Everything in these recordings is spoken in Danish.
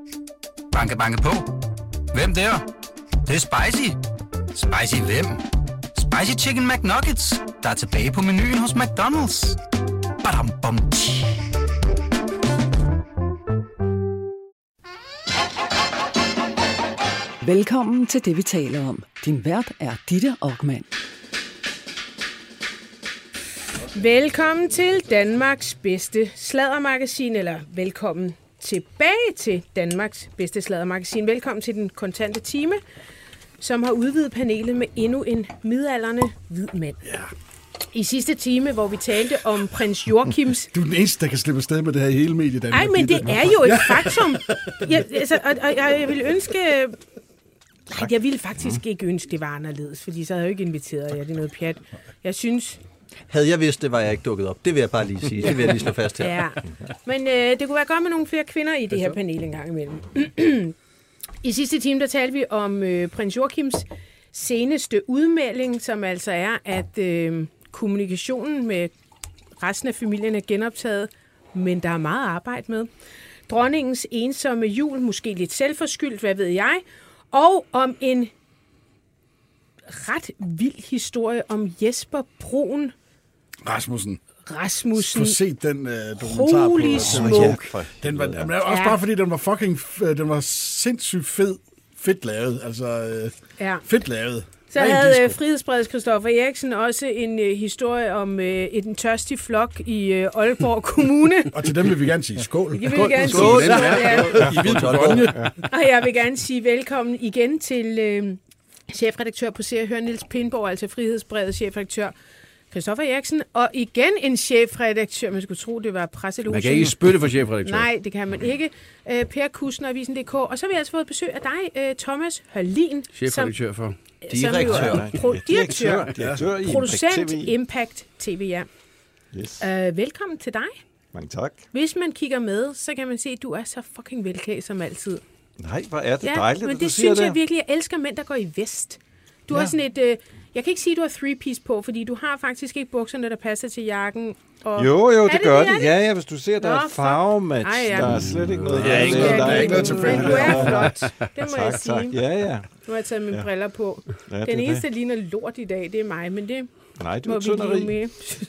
Banke, banke på. Hvem der? Det er spicy. Spicy hvem? Spicy Chicken McNuggets, der er tilbage på menuen hos McDonald's. Badum, bom, tji. Velkommen til det, vi taler om. Din vært er Ditte Okman. Velkommen til Danmarks bedste sladdermagasin, eller velkommen tilbage til Danmarks bedste sladdermagasin. Velkommen til den kontante time, som har udvidet panelet med endnu en midaldrende hvid mand. Ja. I sidste time, hvor vi talte om prins Joachims... Du er den eneste, der kan slippe afsted med det her i hele mediedanmark. Nej, men det er jo et faktum. Jeg ville ønske... Nej, jeg ville faktisk ikke ønske, det var anderledes, fordi så havde jeg jo ikke inviteret jer. Det er noget pjat. Jeg synes... Havde jeg vidst det, var jeg ikke dukket op. Det vil jeg bare lige sige. Det vil jeg lige slå fast her. Ja, men det kunne være godt med nogle flere kvinder i det her panel en gang imellem. I sidste time, der talte vi om prins Joachims seneste udmelding, som altså er, at kommunikationen med resten af familien er genoptaget, men der er meget arbejde med. Dronningens ensomme jul, måske lidt selvforskyldt, hvad ved jeg, og om en ret vild historie om Jesper Bruun Rasmussen. Få set den dokumentar Holy på. smoke. Den var også bare fordi, den var den var sindssygt fedt lavet. Altså, fedt lavet. Så havde Frihedsbredet Christoffer Eriksen også en historie om en tørstig flok i Aalborg Kommune. Og til dem vil vi gerne sige skål. Jeg vil gerne sige skål. Og jeg vil gerne sige velkommen igen til chefredaktør på Se og Hør Niels Pindborg, altså Frihedsbredet chefredaktør Christoffer Eriksen, og igen en chefredaktør, man skulle tro, det var presselogen. Man kan ikke spytte for chefredaktør. Nej, det kan man ikke. Per Kussner, Avisen.dk. Og så har vi altså fået besøg af dig, Thomas Hørlin. Chefredaktør for... Direktør. Producent Impact TV, ja. Yes. Velkommen til dig. Mange tak. Hvis man kigger med, så kan man se, at du er så fucking velklædt som altid. Nej, hvor er det dejligt, men at du det siger synes jeg virkelig, jeg elsker mænd, der går i vest. Du har sådan et... jeg kan ikke sige, at du har three-piece på, fordi du har faktisk ikke bukserne, der passer til jakken. Og jo, det gør det. Ja, hvis du ser, der er et farvematch. Der er slet ikke noget. Der er ikke noget til men du er flot, det må jeg sige. Tak. Ja. Nu har jeg taget mine briller på. Den eneste, der ligner lort i dag, det er mig, men det du er tynderi. med.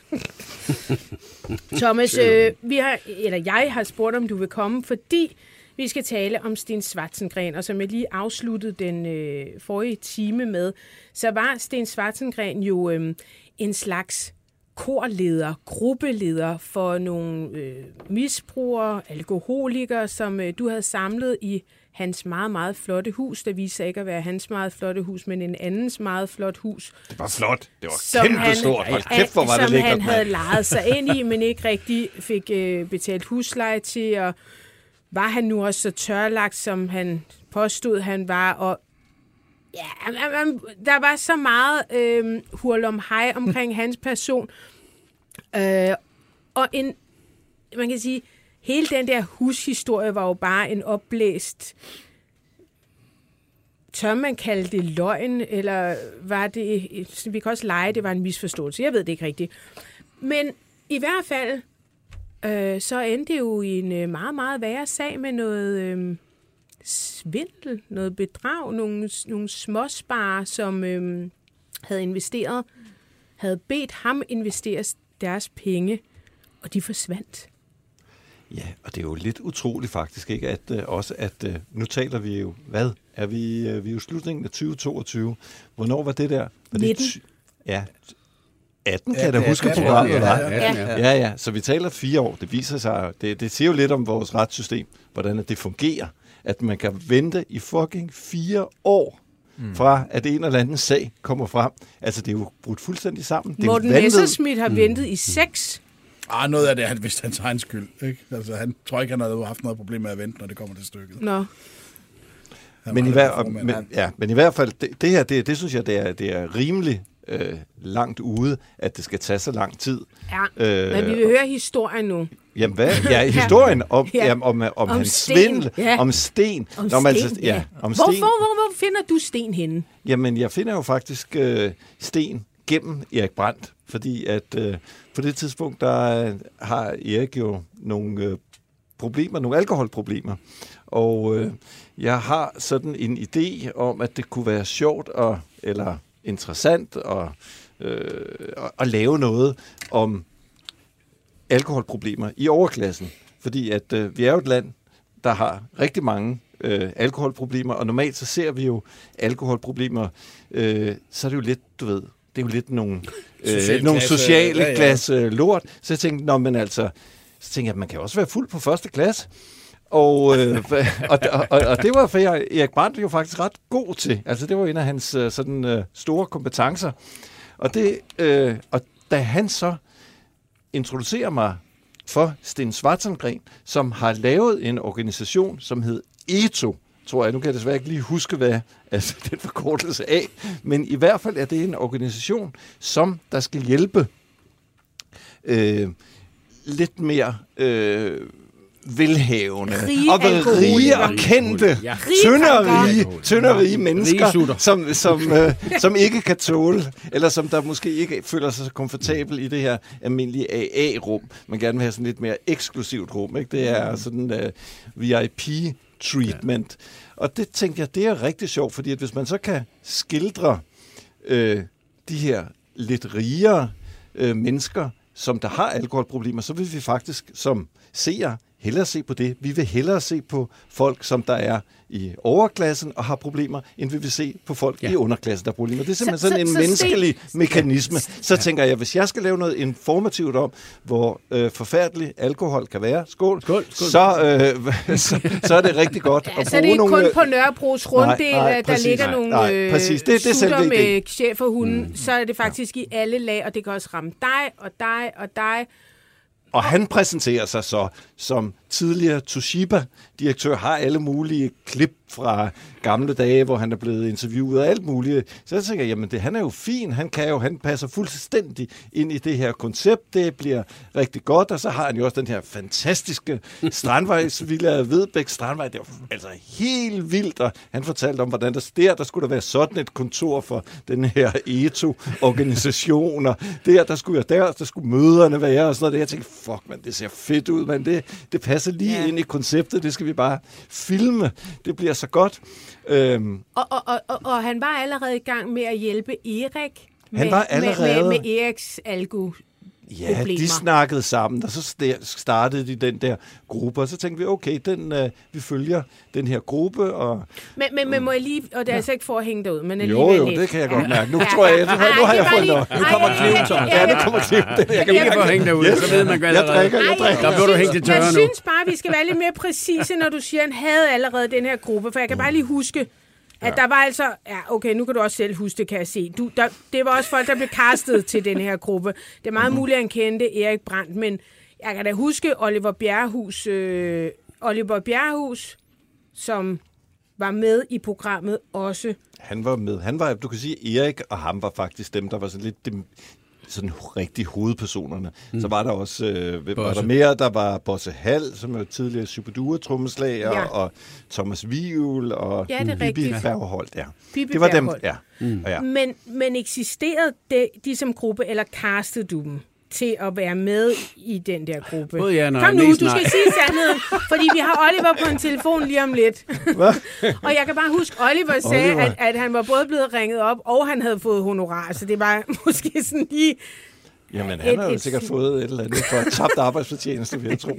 Thomas, jeg har spurgt, om du vil komme, fordi vi skal tale om Steen Schwarzengren, og som jeg lige afsluttede den forrige time med, så var Steen Schwarzengren jo en slags korleder, gruppeleder for nogle misbrugere, alkoholikere, som du havde samlet i hans meget, meget flotte hus. Der viste sig ikke at være hans meget flotte hus, men en andens meget flot hus. Det var flot. Det var kæmpestort. Kæft, hvor var det lækkert, lækkert, han havde lejet sig ind i, men ikke rigtig fik betalt husleje til, og var han nu også så tørlagt, som han påstod, han var, og ja, der var så meget hurlumhej omkring hans person, og man kan sige, hele den der hushistorie var jo bare en opblæst, tør man kalde det løgn, eller var det, vi kan også lege, det var en misforståelse, jeg ved det ikke rigtigt. Men i hvert fald, så endte det jo i en meget, meget værre sag med noget svindel, noget bedrag, nogle småsparer, som havde bedt ham investere deres penge, og de forsvandt. Ja, og det er jo lidt utroligt faktisk, ikke? At nu taler vi jo, vi er jo slutningen af 2022. Hvornår var det der? Var 19. Ja, 18 kan jeg da huske programmet, var. Ja. Så vi taler 4 år. Det viser sig, det siger jo lidt om vores retssystem, hvordan det fungerer, at man kan vente i fucking 4 år fra, at en eller anden sag kommer frem. Altså, det er jo brudt fuldstændig sammen. Morten Messerschmidt har ventet i 6. Noget af det er vist hans egen skyld. Ikke? Altså, han tror ikke, han har haft noget problem med at vente, når det kommer til stykket. Nå. Men i hvert fald, det her, det synes jeg, det er rimelig langt ude, at det skal tage så lang tid. Ja, men vi vil høre historien nu. Jamen hvad? Ja, historien om hans svindel, om Steen. Om Steen. Hvor finder du Steen henne? Jamen, jeg finder jo faktisk Steen gennem Erik Brandt, fordi at på det tidspunkt, der har Erik jo nogle problemer, nogle alkoholproblemer. Og jeg har sådan en idé om, at det kunne være sjovt eller interessant at lave noget om alkoholproblemer i overklassen. Fordi at vi er jo et land, der har rigtig mange alkoholproblemer, og normalt så ser vi jo alkoholproblemer, så er det jo lidt, du ved, det er jo lidt nogle sociale klasse lort. Så jeg tænkte, så tænkte jeg, at man kan også være fuld på første klasse. Og det var for Erik Brandt jo faktisk ret god til. Altså det var en af hans sådan store kompetencer. Og da han så introducerer mig for Sten Svartsengren, som har lavet en organisation, som hed ETO, tror jeg. Nu kan jeg desværre ikke lige huske, hvad den forkortelse af, men i hvert fald er det en organisation, som der skal hjælpe lidt mere velhavende og rige og kendte, tynderige mennesker, som ikke kan tåle, eller som der måske ikke føler sig så komfortabel i det her almindelige AA-rum. Man gerne vil have sådan lidt mere eksklusivt rum, ikke? Det er sådan VIP-treatment. Og det tænkte jeg, det er rigtig sjovt, fordi at hvis man så kan skildre de her lidt rigere mennesker, som der har alkoholproblemer, så vil vi faktisk som seere hellere se på det. Vi vil hellere se på folk, som der er i overklassen og har problemer, end vi vil se på folk i underklassen, der har problemer. Det er simpelthen sådan en menneskelig mekanisme. Så tænker jeg, hvis jeg skal lave noget informativt om, hvor forfærdelig alkohol kan være, skål. Så er det rigtig godt at bruge så er det ikke kun på Nørrebros runddel, der ligger nogle sutter med schæferhunden. Så er det faktisk i alle lag, og det kan også ramme dig og dig og dig. Og han præsenterer sig så som tidligere Toshiba-direktør, har alle mulige klip fra gamle dage, hvor han er blevet interviewet og alt muligt. Så jeg tænker, jamen han er jo fin, han passer fuldstændig ind i det her koncept, det bliver rigtig godt, og så har han jo også den her fantastiske Strandvejsvilla, Vedbæk Strandvej, det var altså helt vildt, og han fortalte om, hvordan der skulle der være sådan et kontor for den her ETO-organisation, og der skulle møderne være, og sådan noget. Jeg tænkte, fuck man, det ser fedt ud, men det passer lige ind i konceptet, det skal vi bare filme, det bliver så godt. Og han var allerede i gang med at hjælpe Erik med Eriks alkoholproblemer. Ja, de snakkede sammen, og så startede de den der gruppe, og så tænkte vi, okay, vi følger den her gruppe. Og men må jeg lige, og det er altså ikke for at hænge derud, men alligevel jo, det kan jeg godt mærke. Nu tror jeg, nu har jeg fundet noget. Nu kommer Clinton. Ja, nu kommer Clinton. Jeg kan ikke få at hænge derud, så ved man godt allerede. Jeg drikker. Der bliver du hængt i tørre nu. Jeg synes bare, vi skal være lidt mere præcise, når du siger, at han havde allerede den her gruppe, for jeg kan bare lige huske, at der var altså... Ja, okay, nu kan du også selv huske det, kan jeg se. Det var også folk, der blev castet til den her gruppe. Det er meget muligt, at han kendte Erik Brandt, men jeg kan da huske Oliver Bjerrehus, som var med i programmet også. Han var med. Du kan sige, Erik og ham var faktisk dem, der var sådan lidt... sådan rigtig hovedpersonerne. Så var der også var der mere, der var Bosse Hall, som var tidligere Superdure-trommeslager, og Thomas Wivel og Bibi Bergholdt. Ja. Det var dem. Ja. Men eksisterede de som gruppe, eller castede du dem til at være med i den der gruppe? Kom nu, du skal sige sandheden, fordi vi har Oliver på en telefon lige om lidt. Og jeg kan bare huske, Oliver sagde, at han var både blevet ringet op, og han havde fået honorar, så det var måske sådan lige... Jamen, han har jo sikkert fået et eller andet for tabt arbejdsfortjeneste, vil jeg tro.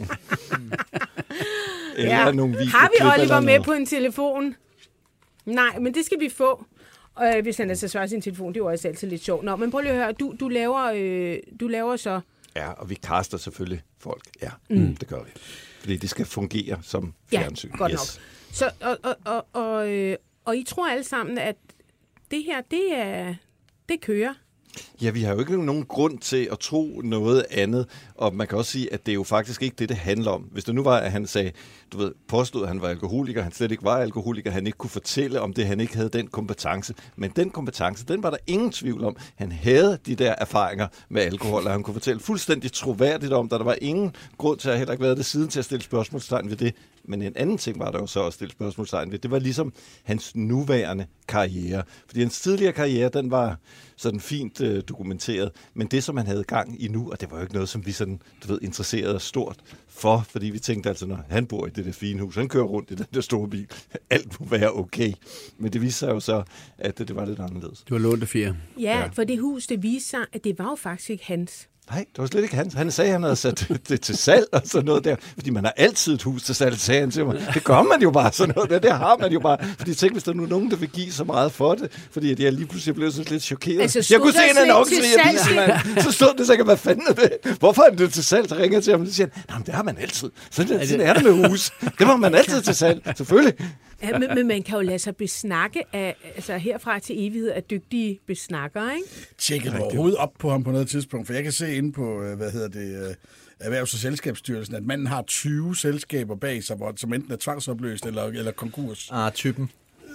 Eller nogle videoklip. Har vi Oliver med på en telefon? Nej, men det skal vi få. Hvis han altså svarer sin telefon, det er jo også altid lidt sjovt. Nå, men prøv lige at høre, du laver så... Ja, og vi caster selvfølgelig folk. Ja, det gør vi. Fordi det skal fungere som fjernsyn. Ja, godt nok. Så, og I tror alle sammen, at det her, det kører? Ja, vi har jo ikke nogen grund til at tro noget andet, og man kan også sige, at det er jo faktisk ikke det handler om. Hvis det nu var, at han sagde, påstod, at han var alkoholiker, han slet ikke var alkoholiker, han ikke kunne fortælle om det, han ikke havde den kompetence. Men den kompetence, den var der ingen tvivl om. Han havde de der erfaringer med alkohol, og han kunne fortælle fuldstændig troværdigt om, der var ingen grund til at heller ikke været det siden til at stille spørgsmålstegn ved det, Men en anden ting var der jo så at stille spørgsmålstegn ved. Det var ligesom hans nuværende karriere. Fordi hans tidligere karriere, den var sådan fint dokumenteret. Men det, som han havde gang i nu, og det var jo ikke noget, som vi sådan, interesserede os stort for. Fordi vi tænkte altså, når han bor i det der fine hus, han kører rundt i den der store bil, alt må være okay. Men det viste sig jo så, at det var lidt anderledes. Du har lånt det 4. Ja, for det hus, det viste sig, at det var jo faktisk ikke hans. Nej, det var slet ikke hans. Han sagde, at han havde sat det til salg og sådan noget der. Fordi man har altid et hus til salg, sagde han til mig. Det gør man jo bare sådan noget der. Det har man jo bare. Fordi tænk, hvis der nu er nogen, der vil give så meget for det. Fordi at jeg lige pludselig blev sådan lidt chokeret. Altså, jeg kunne se en annonce i avisen, mand. Så stod det, så kan hvad fanden er det? Hvorfor er det til salg? Så ringer jeg til ham, og så siger han, nej, men det har man altid. Sådan er det med hus. Det var man altid til salg, selvfølgelig. Ja, men man kan jo lade sig besnakke af, altså herfra til evighed af dygtige besnakkere, ikke? Tjekkede du overhovedet op på ham på noget tidspunkt? For jeg kan se inde på, Erhvervs- og Selskabsstyrelsen, at manden har 20 selskaber bag sig, som enten er tvangsopløst eller konkurs. Typen.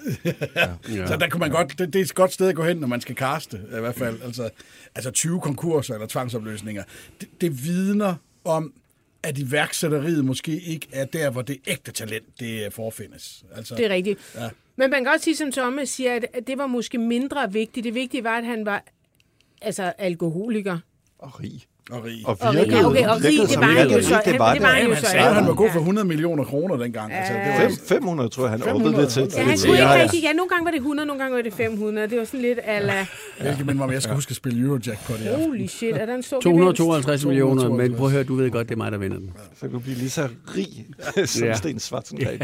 Ja. Så der kunne man godt, det er et godt sted at gå hen, når man skal kaste, i hvert fald. Altså 20 konkurser eller tvangsopløsninger. Det vidner om, at iværksætteriet måske ikke er der, hvor det ægte talent, det forfindes. Altså, det er rigtigt. Ja. Men man kan godt sige, som Thomas siger, at det var måske mindre vigtigt. Det vigtige var, at han var alkoholiker. Og rig. Og rig. Og rig, det var han jo så. Han sagde, at han var god for 100 millioner kroner dengang. Ja. Altså, det var 500, tror jeg, han åbnede det til. Ja, han kunne ikke rigtig. Ja, nogle gange var det 100, nogle gange var det 500. Det var sådan lidt ala... Hvilket minder mig om, jeg skal huske at spille Eurojackpot i aften. Holy shit, er der en stor 252 millioner, men prøv at høre, du ved godt, det er mig, der vinder den. Så kan du blive lige så rig som Sten Schwarzenegger.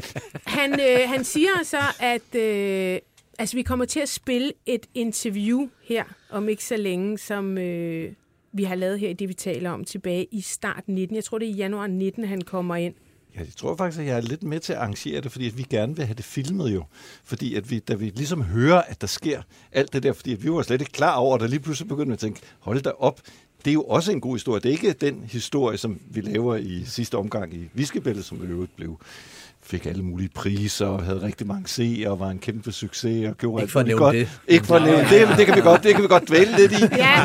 Han siger så, at vi kommer til at spille et interview her om ikke så længe, som... vi har lavet her i det, vi taler om, tilbage i start 19. Jeg tror, det er i januar 19, han kommer ind. Ja, jeg tror faktisk, at jeg er lidt med til at arrangere det, fordi at vi gerne vil have det filmet jo. Fordi at da vi ligesom hører, at der sker alt det der, fordi at vi var slet ikke klar over, at der lige pludselig begyndte at tænke, hold da op, det er jo også en god historie. Det er ikke den historie, som vi laver i sidste omgang i Viskebæltet, som i øvrigt fik alle mulige priser og havde rigtig mange seere og var en kæmpe succes og gjorde ikke for at nævne godt. Det. Ikke for at nævne det. Det kan vi godt dvæle lidt i.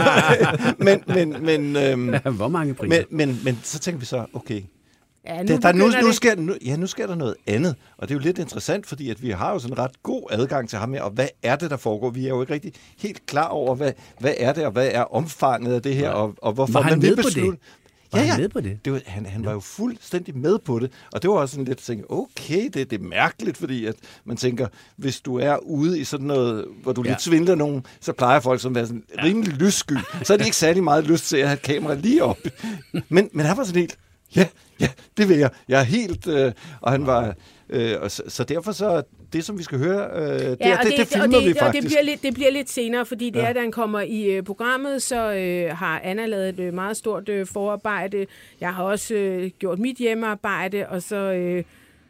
Men hvor mange priser? Men så tænker vi så, okay, ja, nu sker der noget andet. Og det er jo lidt interessant, fordi at vi har jo sådan en ret god adgang til ham her, og hvad er det, der foregår? Vi er jo ikke rigtig helt klar over, hvad er det, og hvad er omfanget af det her, og hvorfor man vil beslutte. Var han med på det? Han var jo fuldstændig med på det, og det var også sådan lidt at tænke, okay, det er mærkeligt, fordi at man tænker, hvis du er ude i sådan noget, hvor du lidt svindler nogen, så plejer folk som at være sådan rimelig lyssky, så er de ikke særlig meget lyst til at have kamera lige op. Men han var sådan helt, ja, det vil jeg. Jeg er helt, og han var... så derfor så det, som vi skal høre, det filmer vi faktisk. Det bliver lidt senere, fordi det er, da han kommer i programmet, så har Anna lavet et meget stort forarbejde. Jeg har også gjort mit hjemmearbejde, og så...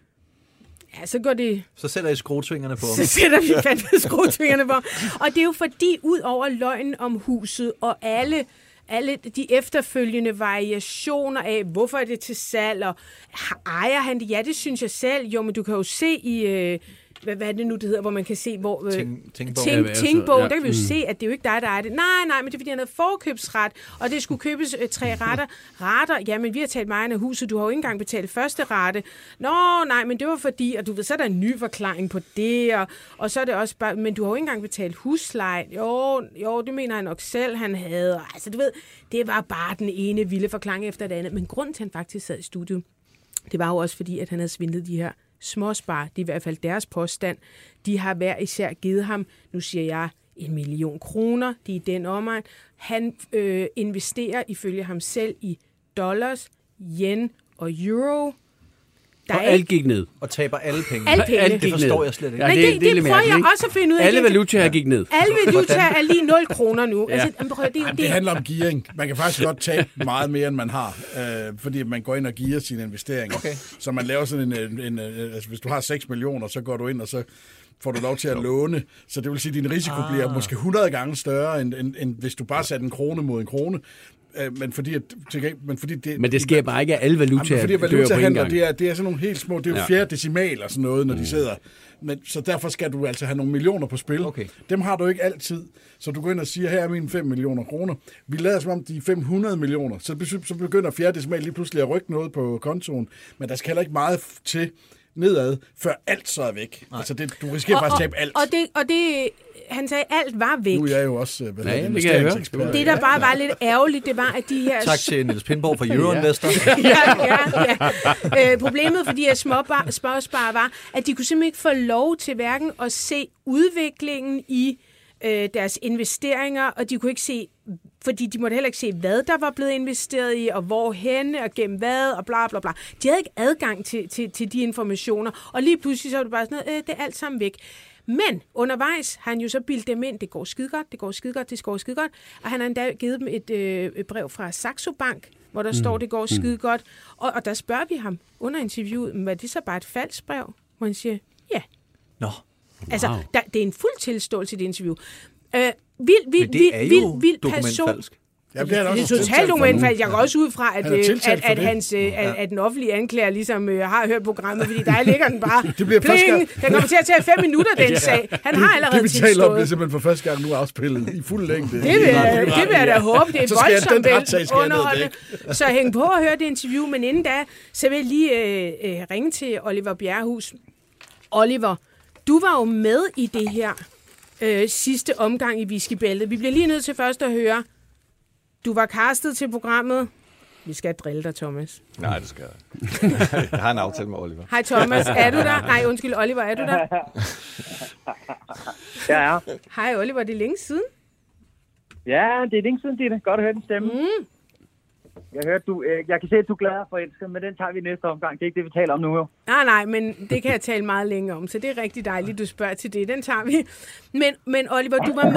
så går det... Så sætter I skruetvingerne på. Så sætter vi fandme skruetvingerne på. Og det er jo fordi, ud over løgnen om huset og alle de efterfølgende variationer af, hvorfor er det til salg, og ejer han det? Ja, det synes jeg selv. Jo, men du kan jo se i... hvad er det nu, det hedder, hvor man kan se, hvor... Tingbog, der kan vi jo se, at det er jo ikke dig, der ejer det. Nej, men det er, fordi han havde forkøbsret, og det skulle købes 3 retter. Jamen, vi har talt meget af huset, du har jo ikke engang betalt første rate. Nå, nej, men det var fordi, og du ved, så er der en ny forklaring på det, og så er det også bare, men du har jo ikke engang betalt husleje. Jo, det mener han nok selv, han havde. Altså, du ved, det var bare den ene vilde forklaring efter det andet. Men grunden til, at han faktisk sad i studiet, det var jo også fordi, at han havde svindlet de her småspar, det er i hvert fald deres påstand. De har hver især givet ham, nu siger jeg, 1 million kroner. De er i den omegn. Han investerer ifølge ham selv i dollars, yen og euro. Og alt gik ned. Og taber alle penge. Alt det forstår jeg slet ikke. Ja, det prøver jeg også at finde ud af. Alle valutaer gik ned. Alle valutaer er lige 0 kroner nu. Ja. Altså, det handler om gearing. Man kan faktisk godt tabe meget mere, end man har, fordi man går ind og gearer sine investeringer. Okay. Så man laver sådan altså, hvis du har 6 millioner, så går du ind, og så får du lov til at låne. Så det vil sige, at din risiko bliver måske 100 gange større, end hvis du bare satte en krone mod en krone. Men det sker bare ikke, at alle valutaer dør på en gang. Det er sådan nogle helt små, det er jo fjerde decimal og sådan noget, når de sidder. Men, så derfor skal du altså have nogle millioner på spil. Okay. Dem har du ikke altid. Så du går ind og siger, her er mine 5 millioner kroner. Vi lader som om, de er 500 millioner. Så begynder fjerde decimal lige pludselig at rykke noget på kontoen. Men der skal heller ikke meget til, nedad, før alt så er væk. Nej. Altså, du risikerer faktisk at tabe alt. Og det, han sagde, alt var væk. Nu er jeg jo også investeringsekspert. Det, der bare var lidt ærgerligt, det var, at de her... Tak til Niels Pindborg fra Euroinvestor. ja. Problemet for de her småsparer var, at de kunne simpelthen ikke få lov til hverken at se udviklingen i deres investeringer, og de kunne ikke se, fordi de måtte heller ikke se, hvad der var blevet investeret i, og hvorhenne, og gennem hvad, og bla bla bla. De havde ikke adgang til de informationer, og lige pludselig så var det bare sådan noget, det er alt sammen væk. Men undervejs har han jo så bildt dem ind, det går skide godt, og han har endda givet dem et brev fra Saxo Bank, hvor der står, det går skide godt, og der spørger vi ham under interviewet, var det så bare et falsk brev? Hvor han siger, ja. Nå. Altså, det er en fuld tilståelse i det interviev. Men det er jo dokumentfalsk. Ja, det er totalt dokumentfalsk. Jeg går også ud fra, at den offentlige anklager ligesom har hørt programmet, fordi der ligger den bare. Den kommer til at tage 5 minutter, den sag. Han har allerede tilstået. Det vi taler om, det er simpelthen for første gang nu afspillet i fuld længde. Det vil jeg da håbe. Det er voldsomt underholdende. Så hæng på og hør det interview, men inden da, så vil jeg lige ringe til Oliver Bjerrehus. Oliver, du var jo med i det her sidste omgang i Whiskybæltet. Vi bliver lige nødt til først at høre. Du var castet til programmet. Vi skal drille dig, Thomas. Nej, det skal jeg. Jeg har en aftale med Oliver. Hej Thomas, er du der? Nej, undskyld, Oliver, er du der? Ja. Hej Oliver, det er længe siden. Ja, det er længe siden, Ditte. Godt at høre din stemme. Jeg kan se, at du er glad for forelsket, men den tager vi næste omgang. Det er ikke det, vi taler om nu, jo. Nej, men det kan jeg tale meget længere om, så det er rigtig dejligt, du spørger til det. Den tager vi. Men Oliver,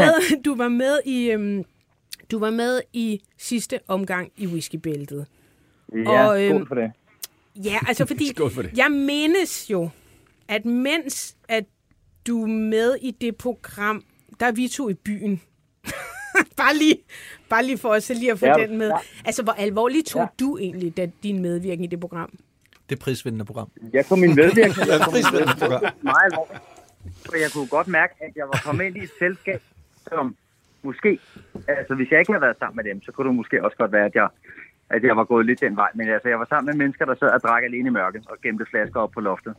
du var med i sidste omgang i Whiskybæltet. Ja, skål for det. Ja, altså fordi jeg mindes jo, at mens at du er med i det program, der er vi to i byen. bare lige for os lige at få den med. Ja. Altså, hvor alvorligt tog du egentlig din medvirken i det program? Det prisvindende program. Jeg tog min medvirken meget alvorligt. Og jeg kunne godt mærke, at jeg var kommet ind i et selskab, som måske, altså hvis jeg ikke havde været sammen med dem, så kunne det måske også godt være, at jeg var gået lidt den vej. Men altså, jeg var sammen med mennesker, der sad og drak alene i mørket og gemte flasker op på loftet.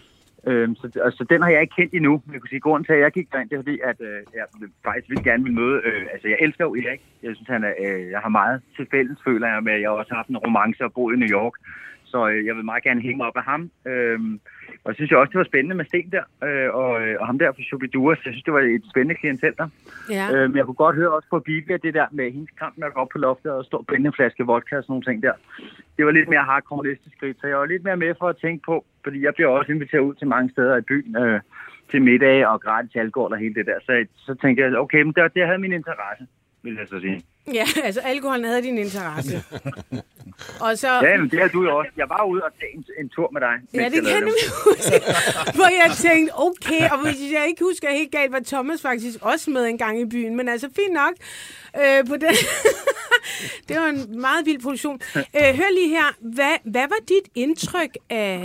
Så den har jeg ikke kendt endnu. Jeg kunne sige, grunden til, at jeg gik derind, det er fordi, at jeg faktisk vil gerne vil møde. Altså, jeg elsker jo Erik. Jeg synes, jeg har meget til fælles, føler jeg med. Jeg har også haft en romance og boet i New York. Så jeg vil meget gerne hænge mig op af ham. Og jeg synes jo også, det var spændende med Sten der, og ham der fra Shubidua. Så jeg synes, det var et spændende klientel der. Ja. Men jeg kunne godt høre også på Bibi, at det der med hendes kamp med at gå op på loftet og stå og binde en flaske vodka og sådan nogle ting der. Det var lidt mere hardcore næste skridt, så jeg var lidt mere med for at tænke på, fordi jeg bliver også inviteret ud til mange steder i byen, til middag og gratis alkohol og hele det der. Så tænkte jeg, okay, men det havde min interesse, vil jeg så sige. Ja, altså alkoholen havde din interesse. Og så... Ja, men det havde du jo også. Jeg var ude og tage en tur med dig. Ja, det kan jeg huske. Hvor jeg tænkte, okay, og hvis jeg ikke husker helt galt, var Thomas faktisk også med en gang i byen. Men altså, fint nok. På det. Det var en meget vild produktion. Hør lige her. Hvad var dit indtryk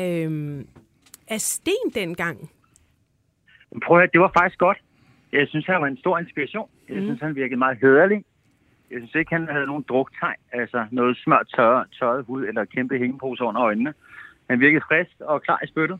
af Sten dengang? Prøv at høre, det var faktisk godt. Jeg synes, han var en stor inspiration. Jeg synes, han virkede meget hæderlig. Jeg synes ikke, han havde nogen druktegn, altså noget smørt tørret hud eller kæmpe hængepose under øjnene. Han virkede frisk og klar i spyttet.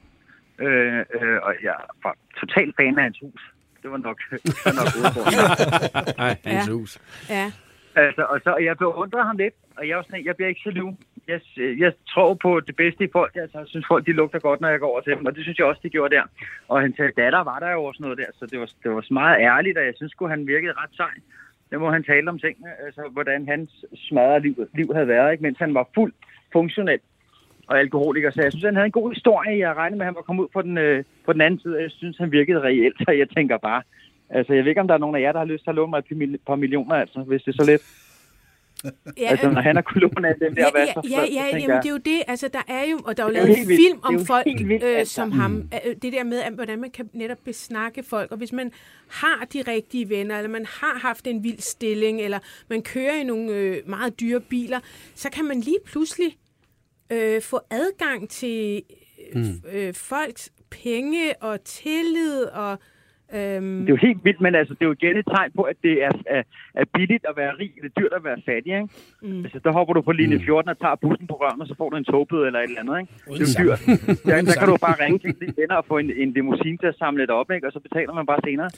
Og jeg var totalt fan af hans hus. Det var nok udfordrende. Nej, hans hus. Ja. Altså, og jeg beundrede ham lidt, og jeg var sådan, jeg bliver ikke jaloux. Jeg tror på det bedste i folk. Altså, jeg synes, folk de lugter godt, når jeg går over til dem, og det synes jeg også, de gjorde der. Og hans datter var der jo også noget der, så det var så meget ærligt, og jeg synes han virkede ret sej. Der må han tale om tingene, altså hvordan hans smadrede liv havde været, ikke? Mens han var fuldt funktionel og alkoholiker. Så jeg synes, han havde en god historie. Jeg regnede med, at han var kommet ud på den anden side, og jeg synes, han virkede reelt. Og jeg tænker bare, altså jeg ved ikke, om der er nogen af jer, der har lyst til at låne mig et par millioner, altså, hvis det er så lidt. Ja, altså, når han har kunnet låne af den der jamen, det er jo det. Altså, der er jo, og der er jo lavet en film om folk som ham. Det der med, hvordan man kan netop besnakke folk. Og hvis man har de rigtige venner, eller man har haft en vild stilling, eller man kører i nogle meget dyre biler, så kan man lige pludselig få adgang til folks penge og tillid og Det er jo helt vildt, men altså, det er jo igen et tegn på, at det er billigt at være rig, det er dyrt at være fattig, ikke? Altså, der hopper du på linje 14 og tager bussen på røven, og så får du en togbøde eller et eller andet, ikke? Det er jo dyrt. Der kan du bare ringe til dine venner og få en limousine til at samle det op, ikke? Og så betaler man bare senere.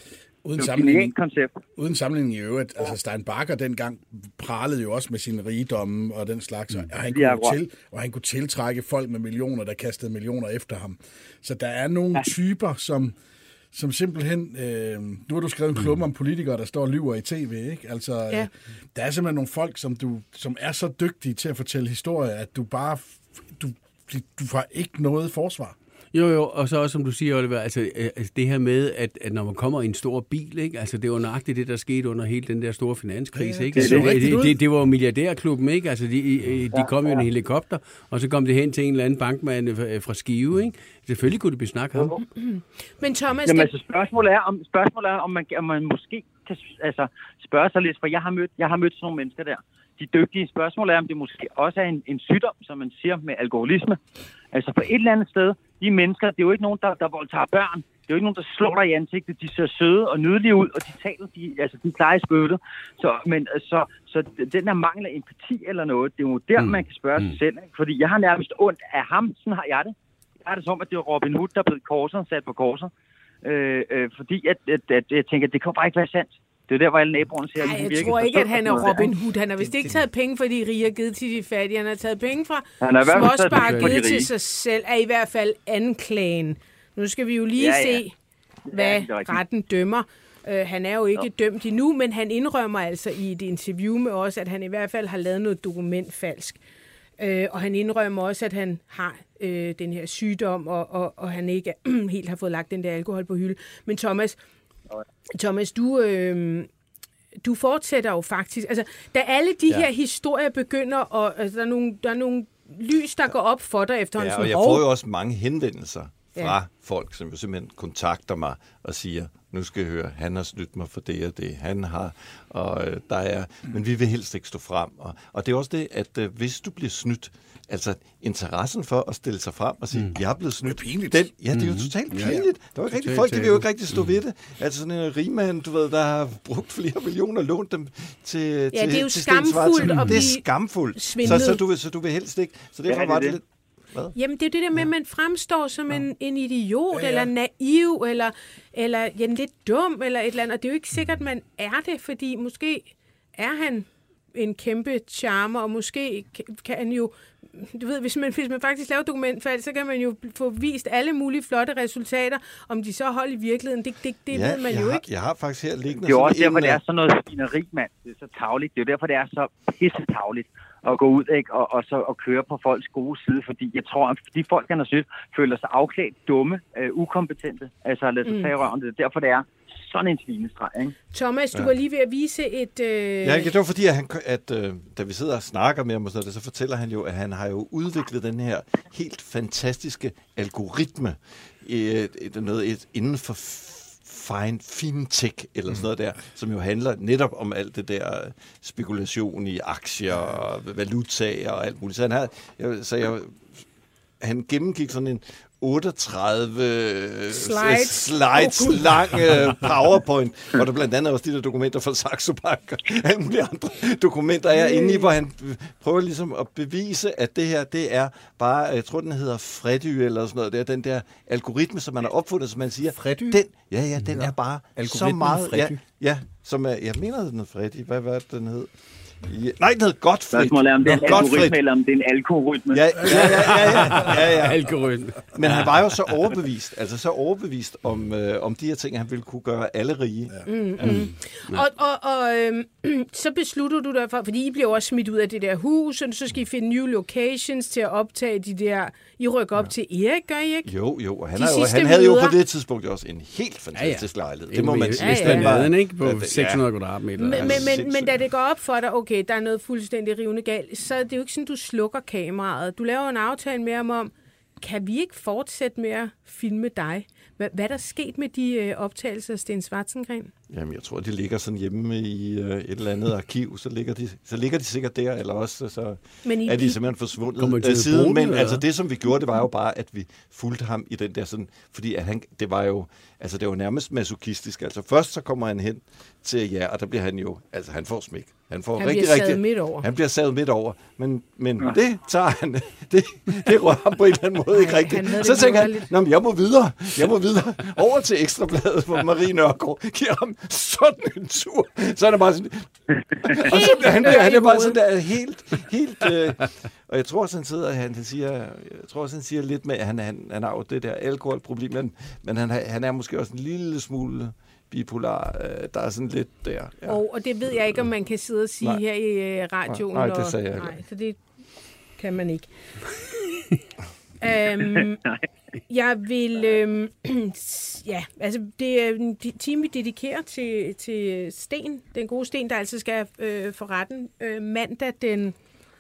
Uden sammenligning i øvrigt. Altså, Stein Bagger dengang pralede jo også med sine rigdomme og den slags, og han kunne tiltrække folk med millioner, der kastede millioner efter ham. Så der er nogle typer, som simpelthen... nu har du skrevet en klumme om politikere, der står og lyver i tv, ikke? Altså, der er simpelthen nogle folk, som er så dygtige til at fortælle historier, at du får ikke noget forsvar. Jo, og så også, som du siger, Oliver, altså det her med, at når man kommer i en stor bil, ikke? Altså det var nøjagtigt det, der skete under hele den der store finanskrise, ikke? Det var jo milliardærklubben, ikke? Altså de kom jo i en helikopter, og så kom det hen til en eller anden bankmand fra Skive, ikke? Selvfølgelig kunne det besnakke ham. Men Thomas... Jamen, altså, spørgsmålet er, om man måske kan spørge sig lidt, for jeg har mødt sådan nogle mennesker der. De dygtige spørgsmål er, om det måske også er en sygdom, som man siger med alkoholisme. Altså på et eller andet sted, de mennesker, det er jo ikke nogen, der voldtager børn. Det er jo ikke nogen, der slår dig i ansigtet. De ser søde og nydelige ud, og de taler, de klarer i spyttet. Så den der mangel af empati eller noget, det er jo der, man kan spørge sig selv. Ikke? Fordi jeg har nærmest ondt af ham, sådan har jeg det. Jeg har det som, at det er Robin Hood, der er blevet sat på korset. Fordi jeg tænker, at det kan bare ikke være sandt. Det er der, hvor alle naboerne siger, at jeg tror ikke, at han er Robin Hood. Han har vist ikke taget penge fra de rige og givet til de fattige. Han har taget penge fra småspar og givet til sig selv, er i hvert fald anklagen. Nu skal vi jo lige se, hvad retten dømmer. Han er jo ikke dømt endnu, men han indrømmer altså i et interview med os, at han i hvert fald har lavet noget dokument falsk. Og han indrømmer også, at han har den her sygdom, og han ikke helt har fået lagt den der alkohol på hylde. Men Thomas, du fortsætter jo faktisk. Altså, da alle de her historier begynder, og altså, der er nogle lys, der går op for dig efter og jeg får jo også mange henvendelser fra folk, som jo simpelthen kontakter mig og siger, nu skal jeg høre, han har snydt mig for det og det, han har, og der er, men vi vil helst ikke stå frem. Og det er også det, at hvis du bliver snydt, altså interessen for at stille sig frem og sige, jeg er blevet snydt. Det er det er jo totalt pinligt. Der var rigtig folk, de vil jo ikke rigtig stå ved det. Altså sådan en rigmand, du ved, der har brugt flere millioner, lånt dem til det er jo skamfuldt at blive. Det er skamfuldt. Så du vil helst ikke. Så derfor var det lidt. Hvad? Jamen, det er det der med, at man fremstår som en idiot, eller naiv, eller lidt dum, eller et eller andet. Og det er jo ikke sikkert, at man er det, fordi måske er han en kæmpe charmer, og måske kan han jo, du ved, hvis man faktisk laver dokumentfald, så kan man jo få vist alle mulige flotte resultater, om de så holder i virkeligheden. Det ved man jo ikke. Jeg har faktisk her liggende... Det er jo også derfor, det er sådan noget svineri, mand. Det er så tarveligt. Det er jo derfor, det er så pissetarveligt at gå ud, ikke? Og så at køre på folks gode side, fordi jeg tror, at de folk, han har synes, føler sig afklædt, dumme, ukompetente, altså at lade sig tage røven. Det er derfor, det er sådan en svinestreg, ikke? Thomas, du var lige ved at vise et... det var fordi, at da vi sidder og snakker med ham og sådan noget, så fortæller han jo, at han har jo udviklet den her helt fantastiske algoritme inden for fintech eller sådan noget der, som jo handler netop om alt det der spekulation i aktier og valutaer og alt muligt. Så han gennemgik sådan en 38 slides lang PowerPoint, hvor der blandt andet også de der dokumenter fra Saxo Bank og alle mulige andre dokumenter er inde i, hvor han prøver ligesom at bevise, at det her, det er bare, jeg tror, den hedder Freddy eller sådan noget, det er den der algoritme, som man har opfundet, som man siger, Freddy? Den er bare så meget, som er, jeg mener, den hedder Freddy, hvad var det, den hed? Nej, det hedder Godfred. Spørgsmålet er, om det er en algoritme, eller om det er en algoritme. Ja. Algoritme. Men han var jo så overbevist om de her ting, han ville kunne gøre alle rige. Så beslutter du dig for, fordi I bliver også smidt ud af det der hus, og så skal I finde new locations til at optage de der. I rykker op til Erik, gør I ikke? Jo, og han havde jo på det tidspunkt også en helt fantastisk lejlighed. Det må man sige. Ikke? På 600 kvadratmeter. Men da det går op for dig, okay, der er noget fuldstændig rivende galt, så er det jo ikke sådan, du slukker kameraet. Du laver en aftale med ham om, kan vi ikke fortsætte med at filme dig? Hvad er der sket med de optagelser af Sten Schwarzengren? Jamen, jeg tror, de ligger sådan hjemme i et eller andet arkiv, så ligger de sikkert der, eller også så er de simpelthen forsvundet siden. Men altså det, som vi gjorde, det var jo bare, at vi fulgte ham i den der sådan, fordi at det var nærmest masochistisk. Altså først så kommer han hen til jer, og der bliver han jo, altså han får smæk. Han bliver savet midt over. Men det tager han, det rører ham på en eller anden måde ikke rigtigt. Så tænker han, nå, men jeg må videre over til Ekstrabladet, hvor Marie Nørgaard giver ham sådan en tur. Så er det bare sådan, og så han er bare sådan der helt og jeg tror også, han siger lidt med, at han har jo det der alkoholproblem, men han er måske også en lille smule bipolar, der er sådan lidt der. Ja. Og det ved jeg ikke, om man kan sidde og sige her i radioen. Nej, det sagde jeg ikke. Nej, så det kan man ikke. Jeg vil... det er en time, vi dedikerer til Sten, den gode Sten, der altså skal for retten mandag den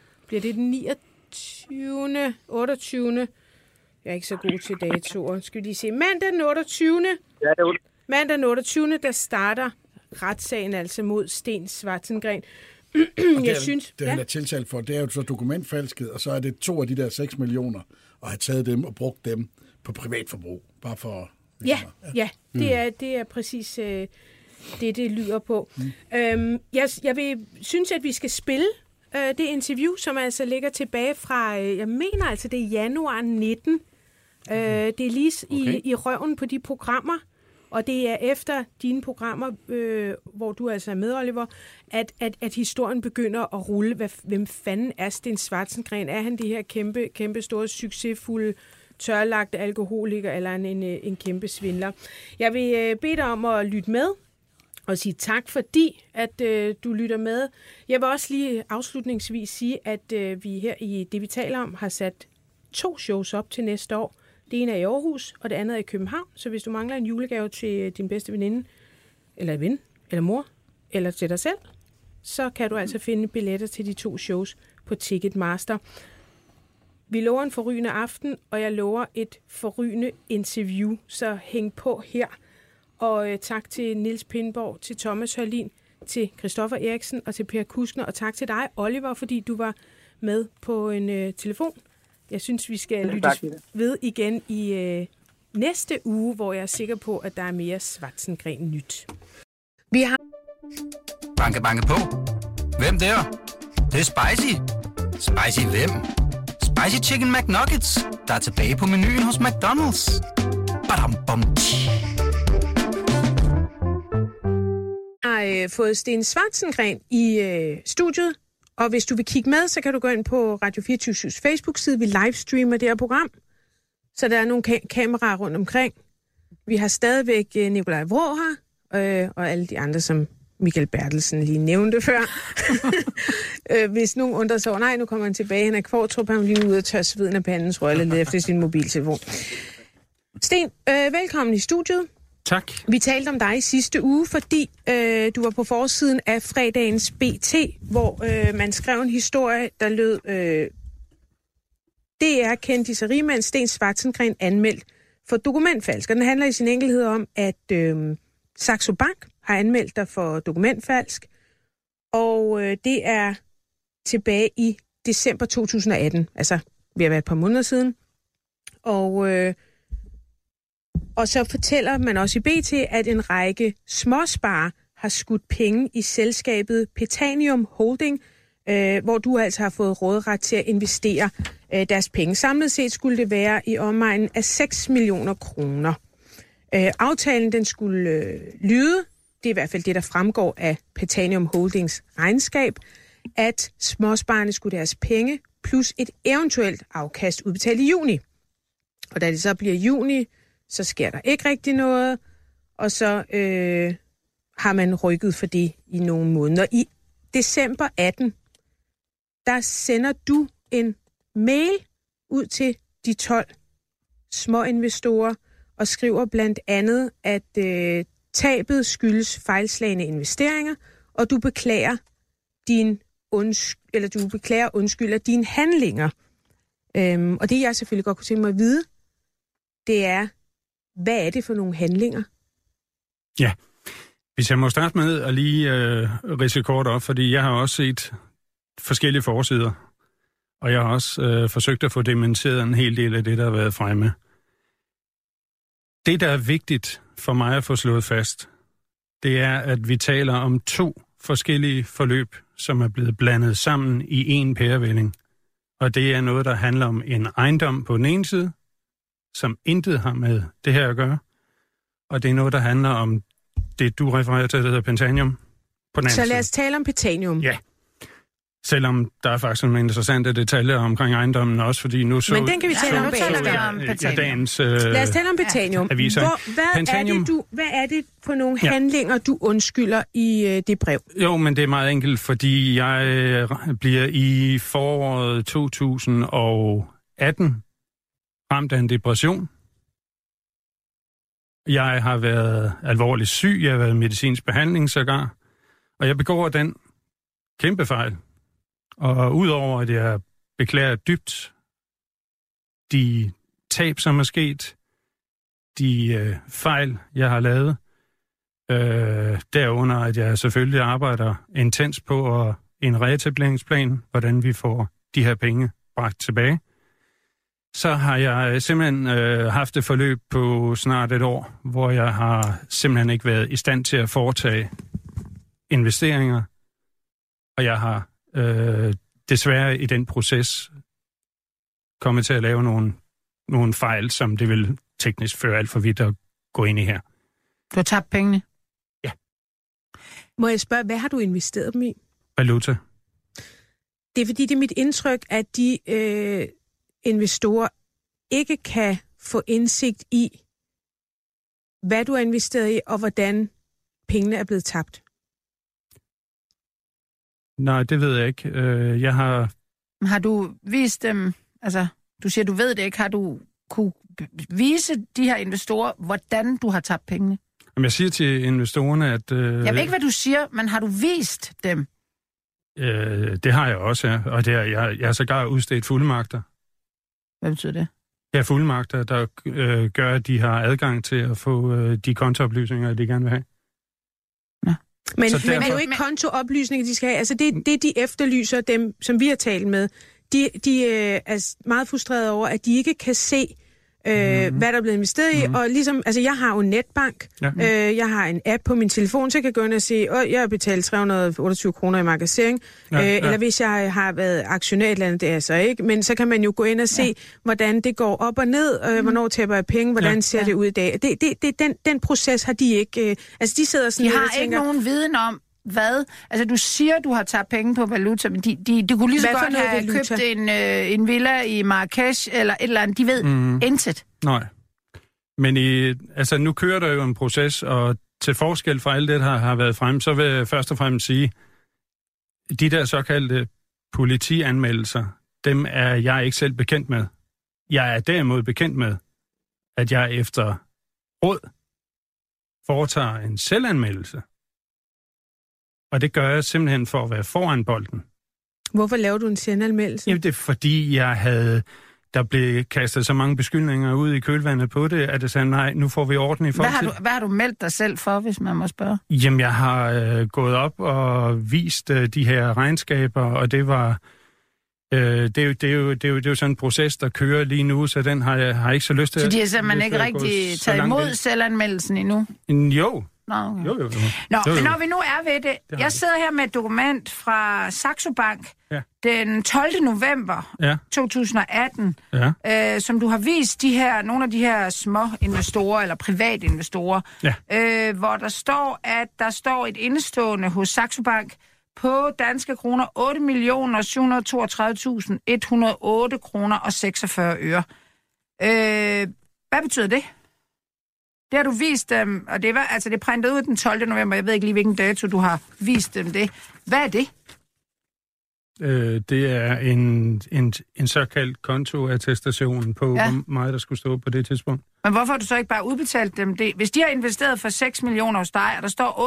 29. 28. Jeg er ikke så god til datoer. Skal vi lige se. Mandag den 28. Ja, det er Mandag den 28. der starter retssagen altså mod Sten Svartsengren. Han er tiltalt for, det er jo så dokumentfalsket, og så er det 2 af de der 6 millioner, og have taget dem og brugt dem på privatforbrug. Bare for... Ja, det er præcis det lyder på. Jeg synes, at vi skal spille det interview, som altså ligger tilbage fra, jeg mener altså, det er januar 19. Det er lige i røven på de programmer, og det er efter dine programmer, hvor du altså er med, Oliver, at historien begynder at rulle. Hvem fanden er Sten Svartsengren? Er han det her kæmpe store, succesfulde, tørlagte alkoholiker, eller en kæmpe svindler? Jeg vil bede dig om at lytte med, og sige tak, fordi at du lytter med. Jeg vil også lige afslutningsvis sige, at vi her i Det, vi taler om, har sat 2 shows op til næste år. Det ene er i Aarhus, og det andet er i København. Så hvis du mangler en julegave til din bedste veninde, eller ven, eller mor, eller til dig selv, så kan du altså finde billetter til de 2 shows på Ticketmaster. Vi lover en forrygende aften, og jeg lover et forrygende interview, så hæng på her. Og tak til Niels Pindborg, til Thomas Hørlin, til Christoffer Eriksen og til Per Kuskner, og tak til dig, Oliver, fordi du var med på en telefon. Jeg synes, vi skal lyttes ved igen i næste uge, hvor jeg er sikker på, at der er mere Svartsengren nyt. Vi har... Banke, banke på. Hvem der? Det er spicy. Spicy hvem? Spicy Chicken McNuggets, der er tilbage på menuen hos McDonald's. Badum, bom, Jeg har fået Sten Svartsengren i studiet. Og hvis du vil kigge med, så kan du gå ind på Radio 24's Facebook-side. Vi livestreamer det her program, så der er nogle kameraer rundt omkring. Vi har stadigvæk Nikolaj Vrå her, og alle de andre, som Michael Bertelsen lige nævnte før. Hvis nogen undrer sig over, nej, nu kommer han tilbage. Han er Kvartrup, han lige ud og tør sveden af pandens røgle lidt efter sin mobiltelefon. Sten, velkommen i studiet. Tak. Vi talte om dig i sidste uge, fordi du var på forsiden af fredagens BT, hvor man skrev en historie, der lød, DR-kendis og rigmand Sten Svartsengren anmeldt for dokumentfalsk. Og den handler i sin enkelhed om, at Saxo Bank har anmeldt dig for dokumentfalsk, og det er tilbage i december 2018, altså vi har været et par måneder siden. Og så fortæller man også i BT, at en række småsparer har skudt penge i selskabet Petanium Holding, hvor du altså har fået råderet til at investere deres penge. Samlet set skulle det være i omegnen af 6 millioner kroner. Aftalen den skulle lyde, det er i hvert fald det, der fremgår af Petanium Holdings regnskab, at småsparerne skulle deres penge plus et eventuelt afkast udbetalt i juni. Og da det så bliver juni, så sker der ikke rigtig noget, og så har man rykket for det i nogle måneder. I december 18, der sender du en mail ud til de 12 små investorer og skriver blandt andet, at tabet skyldes fejlslagne investeringer, og du beklager undskylder dine handlinger. Og det jeg selvfølgelig godt kunne tænke mig at vide, det er, hvad er det for nogle handlinger? Ja, Hvis jeg må starte med at lige ridse kort op, fordi jeg har også set forskellige forsider, og jeg har også forsøgt at få dementeret en hel del af det, der har været fremme. Det, der er vigtigt for mig at få slået fast, det er, at vi taler om 2 forskellige forløb, som er blevet blandet sammen i en pærevælling. Og det er noget, der handler om en ejendom på den ene side, som intet har med det her at gøre. Og det er noget, der handler om det, du refererer til, der hedder Pentanium, på den anden side. Så lad os tale om Pentanium. Ja. Selvom der er faktisk nogle interessante detaljer omkring ejendommen også, fordi nu så... Men den kan vi tale om dagens lad os tale om Pentanium. Hvad er det for nogle handlinger, du undskylder i det brev? Jo, men det er meget enkelt, fordi jeg bliver i foråret 2018 ramt af en depression. Jeg har været alvorligt syg, jeg har været i medicinsk behandling sågar, og jeg begår den kæmpe fejl. Og udover at jeg beklager dybt de tab, som er sket, de fejl, jeg har lavet, derunder at jeg selvfølgelig arbejder intens på en reetableringsplan, hvordan vi får de her penge bragt tilbage, så har jeg simpelthen haft et forløb på snart et år, hvor jeg har simpelthen ikke været i stand til at foretage investeringer, og jeg har desværre i den proces kommet til at lave nogle fejl, som det vil teknisk føre alt for vidt at gå ind i her. Du har tabt pengene? Ja. Må jeg spørge, hvad har du investeret dem i? Valuta. Det er fordi, det er mit indtryk, at de investorer ikke kan få indsigt i, hvad du har investeret i, og hvordan pengene er blevet tabt. Nej, det ved jeg ikke. Jeg har... Har du vist dem, altså du siger, du ved det ikke, har du kunne vise de her investorer, hvordan du har tabt pengene? Jamen, jeg siger til investorerne, at... Jeg ved ikke, hvad du siger, men har du vist dem? Det har jeg også, ja. Og det er, jeg har sågar udstedt fuldmagter. Hvad betyder det? Ja, fuldmagter, der gør, at de har adgang til at få de kontooplysninger, de gerne vil have. Ja. Men det er jo ikke kontooplysninger, de skal have. Altså det de efterlyser, dem, som vi har talt med, de er meget frustrerede over, at de ikke kan se, hvad der er blevet investeret i. Og ligesom, altså jeg har jo netbank. Ja. Jeg har en app på min telefon, så jeg kan gå ind og se, jeg har betalt 328 kroner i magasin. Eller hvis jeg har været aktionær et eller andet, det er så ikke. Men så kan man jo gå ind og se, hvordan det går op og ned, hvornår taber jeg penge, hvordan ser det ud i dag. Den proces har de ikke. Altså de sidder sådan. De har ikke nogen viden om, hvad? Altså, du siger, du har taget penge på valuta, men de kunne lige så godt have købt en villa i Marrakesh eller et eller andet. De ved intet. Nej. Men nu kører der jo en proces, og til forskel fra alt det, der har været frem, så vil jeg først og fremmest sige, de der såkaldte politianmeldelser, dem er jeg ikke selv bekendt med. Jeg er derimod bekendt med, at jeg efter råd foretager en selvanmeldelse. Og det gør jeg simpelthen for at være foran bolden. Hvorfor laver du en selvanmeldelse? Jamen, det er fordi, der blev kastet så mange beskyldninger ud i kølvandet på det, at jeg sagde, nej, nu får vi orden i forhold til. Hvad har du meldt dig selv for, hvis man må spørge? Jamen, jeg har gået op og vist de her regnskaber, og det var... Det er jo sådan en proces, der kører lige nu, så den har jeg ikke så lyst til. Så de har simpelthen ikke rigtig taget imod selvanmeldelsen endnu? Jo. Nå, okay. Jo. Men når vi nu er ved det, jeg sidder her med et dokument fra Saxo Bank den 12. november 2018, som du har vist nogle af de her små investorer, eller privatinvestorer, hvor der står et indestående hos Saxo Bank på danske kroner 8.732.108 kroner og 46 øre. Hvad betyder det? Det har du vist dem, og det er printet ud den 12. november. Jeg ved ikke lige, hvilken dato du har vist dem det. Hvad er det? Det er en såkaldt kontoattestation på, hvor meget der skulle stå på det tidspunkt. Men hvorfor har du så ikke bare udbetalt dem det? Hvis de har investeret for 6 millioner hos dig, og der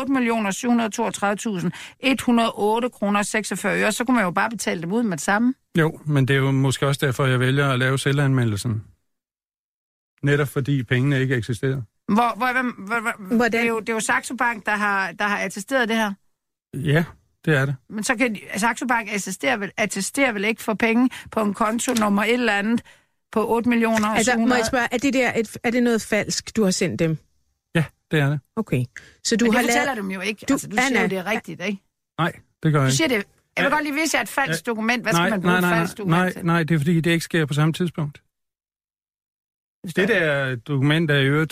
står 8.732.108 kroner 46 øre, så kunne man jo bare betale dem ud med det samme. Jo, men det er jo måske også derfor, jeg vælger at lave selvanmeldelsen. Netop fordi pengene ikke eksisterer. Det er jo Saxo Bank, der har attesteret det her. Ja, det er det. Men så kan Saxo Bank attestere vel ikke for penge på en konto nummer et eller andet på 8 millioner. Altså, må jeg spørge, er det noget falsk, du har sendt dem? Ja, det er det. Okay. Så du men har det fortæller dem jo ikke. Altså, du siger jo, det er rigtigt, ikke? Nej, det gør jeg ikke. Du siger det. Jeg vil godt lige vise jer et falsk dokument. Hvad skal man bruge et falsk dokument til? Nej, det er fordi, det ikke sker på samme tidspunkt. Det der dokument er jo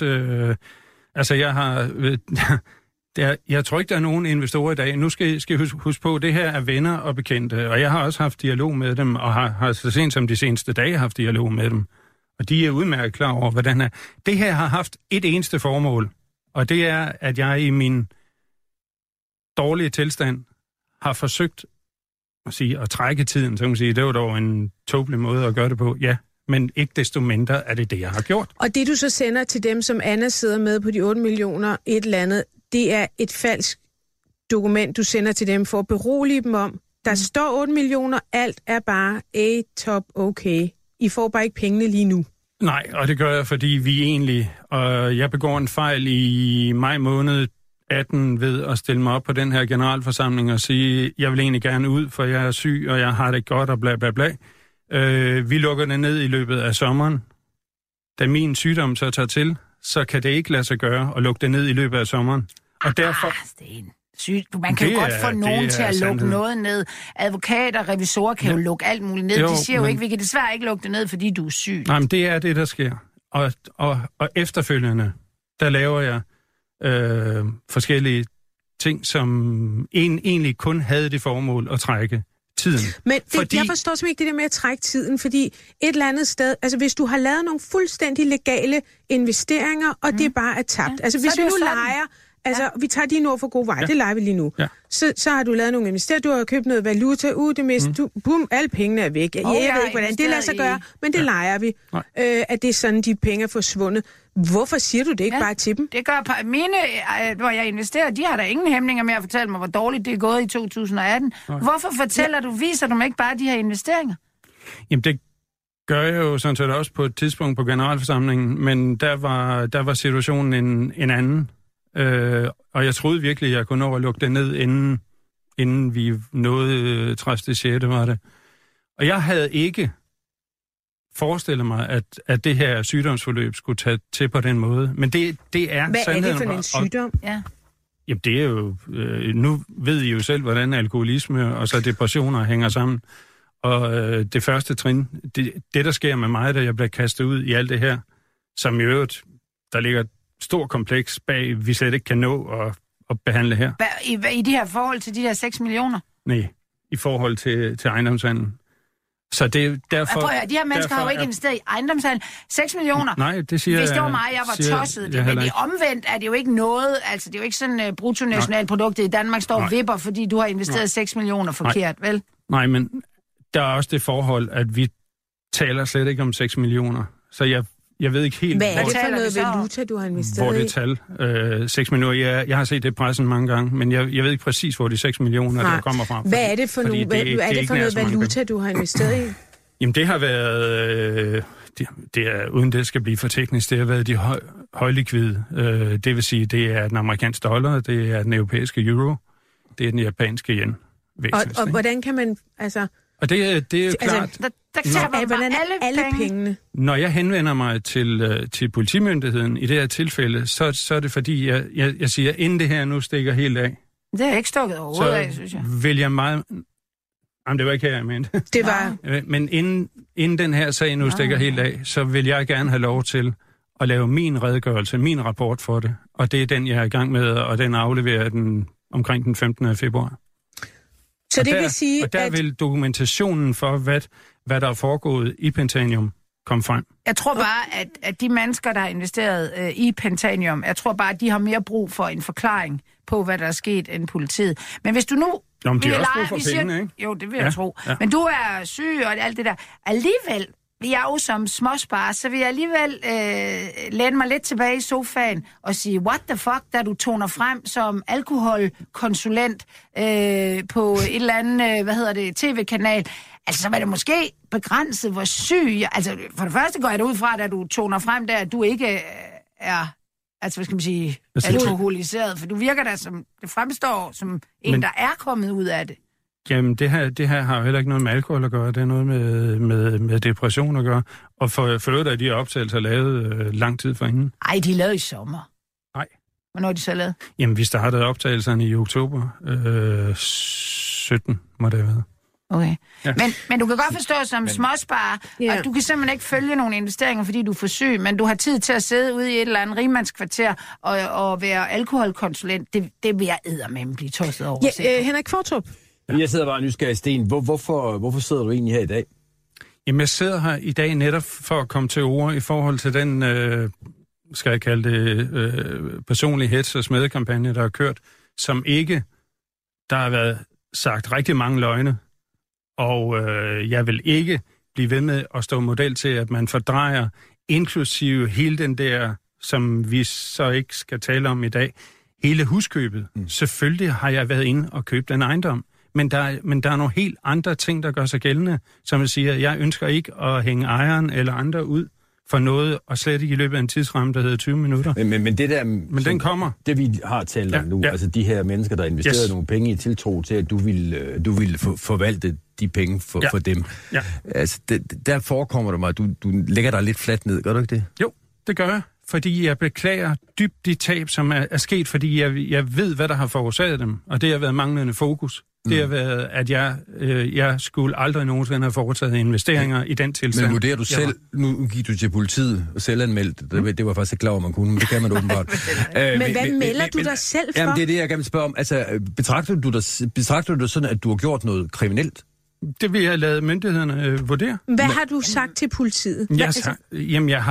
jeg tror ikke, der er nogen investorer i dag. Nu skal I huske på, at det her er venner og bekendte, og jeg har også haft dialog med dem, og har så sent som de seneste dage haft dialog med dem. Og de er udmærket klar over, hvordan det her har haft et eneste formål, og det er, at jeg i min dårlige tilstand har forsøgt at trække tiden, så kan man sige, det var dog en tåbelig måde at gøre det på, ja. Men ikke desto mindre er det, jeg har gjort. Og det, du så sender til dem, som Anna sidder med på de 8 millioner, et eller andet, det er et falsk dokument, du sender til dem for at berolige dem om. Der står 8 millioner, alt er bare A-top okay. I får bare ikke pengene lige nu. Nej, og det gør jeg, fordi vi egentlig, og jeg begår en fejl i maj måned 18 ved at stille mig op på den her generalforsamling og sige, jeg vil egentlig gerne ud, for jeg er syg, og jeg har det godt, og bla bla bla. Vi lukker det ned i løbet af sommeren. Da min sygdom så tager til, så kan det ikke lade sig gøre at lukke det ned i løbet af sommeren. Og derfor... Man kan jo godt få nogen til at lukke noget ned. Advokater, revisorer kan jo lukke alt muligt ned. De siger jo ikke, vi kan desværre ikke lukke det ned, fordi du er syg. Nej, men det er det, der sker. Og efterfølgende, der laver jeg forskellige ting, som egentlig kun havde det formål at trække tiden. Men jeg forstår simpelthen ikke det der med at trække tiden, fordi et eller andet sted, altså hvis du har lavet nogle fuldstændig legale investeringer, og det bare er tabt. Altså hvis vi nu leger, vi tager dine ord for god vej, det leger vi lige nu. Ja. Så har du lavet nogle investeringer, du har købt noget valuta, det miste, bum, alle pengene er væk. Jeg ved ikke, hvordan det lader sig gøre, men det leger vi, at det er sådan, de penge er forsvundet. Hvorfor siger du det ikke bare til dem? Det gør mine, hvor jeg investerer, de har der ingen hæmninger med at fortælle mig, hvor dårligt det er gået i 2018. Hvorfor viser du mig ikke bare de her investeringer? Jamen det gør jeg jo sådan set også på et tidspunkt på generalforsamlingen, men der var situationen en anden. Og jeg troede virkelig, at jeg kunne nå at lukke det ned, inden vi nåede 30.6. var det. Og jeg havde ikke forestillet mig, at det her sygdomsforløb skulle tage til på den måde. Men det er sandheden. Hvad er det for en sygdom? Jamen det er jo... nu ved I jo selv, hvordan alkoholisme og så depressioner hænger sammen. Og det første trin, det der sker med mig, da jeg bliver kastet ud i alt det her, som i øvrigt, der ligger stor kompleks bag, vi slet ikke kan nå at behandle her. I det her forhold til de her 6 millioner? Nej, i forhold til ejendomshandlen. Så det er derfor... Prøv at høre, de her mennesker har jo ikke investeret i ejendomshandel. 6 millioner? Nej, det siger... Hvis det var mig, jeg var tosset. Men det omvendt er det jo ikke noget... Altså, det er jo ikke sådan bruttonationalproduktet i Danmark står og vipper, fordi du har investeret 6 millioner forkert, vel? Nej, men der er også det forhold, at vi taler slet ikke om 6 millioner. Så jeg ved ikke helt... Hvad er det for noget valuta, du har investeret i? Hvor det tal? 6 millioner. Jeg har set det i pressen mange gange, men jeg ved ikke præcis, hvor de 6 millioner der kommer fra. Hvad er det for noget valuta, du har investeret i? Jamen, det har været... det er, uden det skal blive for teknisk, det har været de højlikvide. Det vil sige, det er den amerikanske dollar, det er den europæiske euro, det er den japanske yen. Og hvordan kan man... Og det er jo klart... Hvordan er alle pengene? Når jeg henvender mig til politimyndigheden i det her tilfælde, så er det fordi, jeg siger, inden det her nu stikker helt af. Det er ikke stukket overhovedet af, synes jeg. Vil jeg meget... Jamen, det var ikke her, jeg mente. Det var... Men inden den her sag nu stikker helt af, så vil jeg gerne have lov til at lave min redegørelse, min rapport for det. Og det er den, jeg er i gang med, og den afleverer den omkring den 15. februar. Så det vil sige, og der vil dokumentationen for, hvad der er foregået i Pentanium, komme frem. Jeg tror bare, at de mennesker, der har investeret i Pentanium, jeg tror bare, at de har mere brug for en forklaring på, hvad der er sket end politiet. Men hvis du nu... Nå, men de er også brug for pengene, ikke? Jo, det vil jeg tro. Ja. Men du er syg og alt det der. Alligevel vil jeg jo som småspar, så vil jeg alligevel læne mig lidt tilbage i sofaen og sige, what the fuck, da du toner frem som alkoholkonsulent på et eller andet, tv-kanal. Altså, så var det måske begrænset, hvor syg... Altså, for det første går jeg da ud fra, da du toner frem der, at du ikke er hvad skal man sige, alkoholiseret? For du virker da som, det fremstår som en, der er kommet ud af det. Jamen, det her har jo heller ikke noget med alkohol at gøre. Det er noget med depression at gøre. Og for øvrigt er de optagelser lavet lang tid forinden. Ej, de er lavet i sommer. Nej. Hvornår er de så lavet? Jamen, vi startede optagelserne i oktober 17, må det have været. Okay. Ja. Men du kan godt forstå som småsparer, at du kan simpelthen ikke følge nogle investeringer, fordi du er for syg, men du har tid til at sidde ude i et eller andet rigmandskvarter og være alkoholkonsulent. Det vil jeg eddermame blive tosset over. Ja, Henrik Fortrup. Jeg sidder bare nysgerrig, Sten. Hvorfor sidder du egentlig her i dag? Jamen, jeg sidder her i dag netop for at komme til ord i forhold til den, skal jeg kalde det, personlige hets- og smedekampagne, der har kørt, som ikke, der har været sagt rigtig mange løgne, og jeg vil ikke blive ved med at stå model til, at man fordrejer, inklusive hele den der, som vi så ikke skal tale om i dag, hele huskøbet. Selvfølgelig har jeg været inde og købt den ejendom, men der er nogle helt andre ting, der gør sig gældende, som jeg siger, jeg ønsker ikke at hænge ejeren eller andre ud for noget, og slet ikke i løbet af en tidsramme, der hedder 20 minutter. Men det der... Men den kommer. Det vi har talt om nu, altså de her mennesker, der investerede nogle penge i tiltro til, at du ville forvalte de penge for dem. Ja. Altså, der forekommer det mig, at du lægger dig lidt fladt ned, gør du ikke det? Jo, det gør jeg, fordi jeg beklager dybt de tab, som er sket, fordi jeg ved, hvad der har forårsaget dem, og det har været manglende fokus. Det har været, at jeg skulle aldrig nogensinde have foretaget investeringer i den tilstand. Men vurderer du selv, nu gik du til politiet og selvanmeldt, det var faktisk ikke klar over, man kunne, men det kan man åbenbart. Men hvad melder du dig selv for? Jamen, det er det, jeg gerne vil spørge om. Altså, betragter du dig sådan, at du har gjort noget kriminelt? Det vil jeg lade myndighederne vurdere. Hvad har du sagt til politiet? Jeg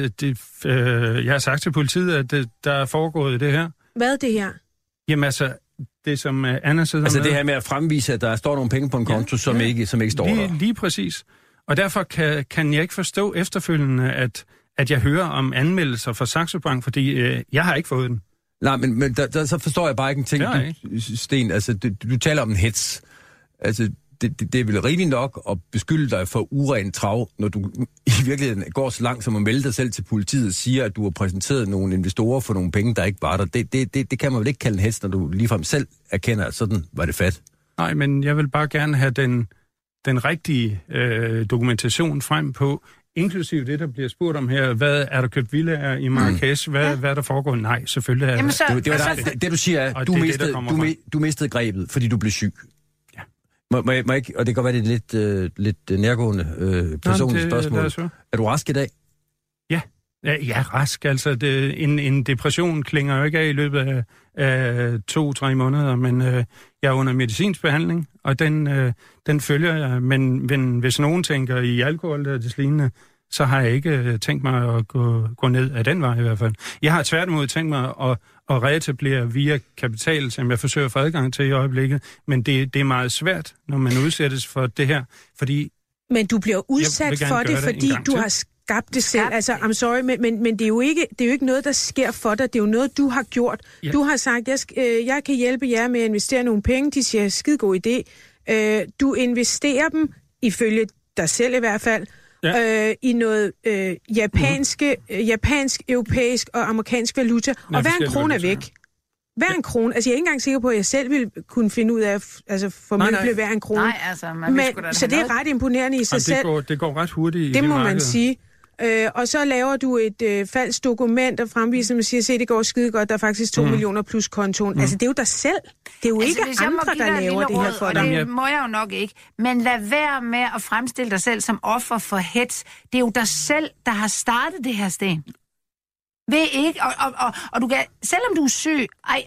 har sagt til politiet, at der er foregået det her. Hvad er det her? Jamen altså, det som Anna sidder altså med. Det her med at fremvise, at der står nogle penge på en konto, som ikke står der. Lige præcis. Og derfor kan jeg ikke forstå efterfølgende, at jeg hører om anmeldelser fra Saxo Bank, fordi jeg har ikke fået den. Nej, men så forstår jeg bare ikke en ting, Sten. Altså, du taler om en hets. Altså, det er vel rigeligt nok at beskylde dig for uren trav, når du i virkeligheden går så langt som at melde dig selv til politiet og siger, at du har præsenteret nogle investorer for nogle penge, der ikke var der. Det kan man vel ikke kalde en hets, når du ligefrem selv erkender, at sådan var det fat. Nej, men jeg vil bare gerne have den rigtige dokumentation frem på, inklusive det, der bliver spurgt om her. Hvad er der købt villaer i Marrakesh? Hvad er der foregår? Nej, selvfølgelig er det du siger er, du mistede grebet, fordi du blev syg. Må jeg ikke, og det kan godt være, det er lidt nærgående personligt spørgsmål. Er du rask i dag? Ja, rask. Altså, en depression klinger jo ikke af i løbet af 2-3 måneder, men jeg er under medicinsk behandling, og den følger jeg. Men hvis nogen tænker i alkohol eller det lignende, så har jeg ikke tænkt mig at gå ned ad den vej i hvert fald. Jeg har tværtimod tænkt mig at reetablere via kapital, som jeg forsøger at få adgang til i øjeblikket, men det er meget svært, når man udsættes for det her, fordi... Men du bliver udsat for det, fordi du har skabt det selv. Altså, I'm sorry, men det er jo ikke noget, der sker for dig. Det er jo noget, du har gjort. Ja. Du har sagt, jeg kan hjælpe jer med at investere nogle penge. De siger, skidegod idé. Du investerer dem, ifølge dig selv i hvert fald, i noget japansk, europæisk og amerikansk valuta. Og hver en krone er væk. Hver en krone. Altså, jeg er ikke engang sikker på, at jeg selv ville kunne finde ud af, altså, formentlig hver en krone. Nej, altså, så det er ret imponerende i sig selv. Det går ret hurtigt i det må man sige. Og så laver du et falsk dokument og fremviser, man siger, se, det går skide godt, der er faktisk 2 millioner plus kontoen. Altså, det er jo dig selv. Det er jo ikke andre, der laver det her for dig. Det må jeg jo nok ikke. Men lad være med at fremstille dig selv som offer for hets. Det er jo dig selv, der har startet det her, Sten. Ved ikke, og du kan, selvom du er syg,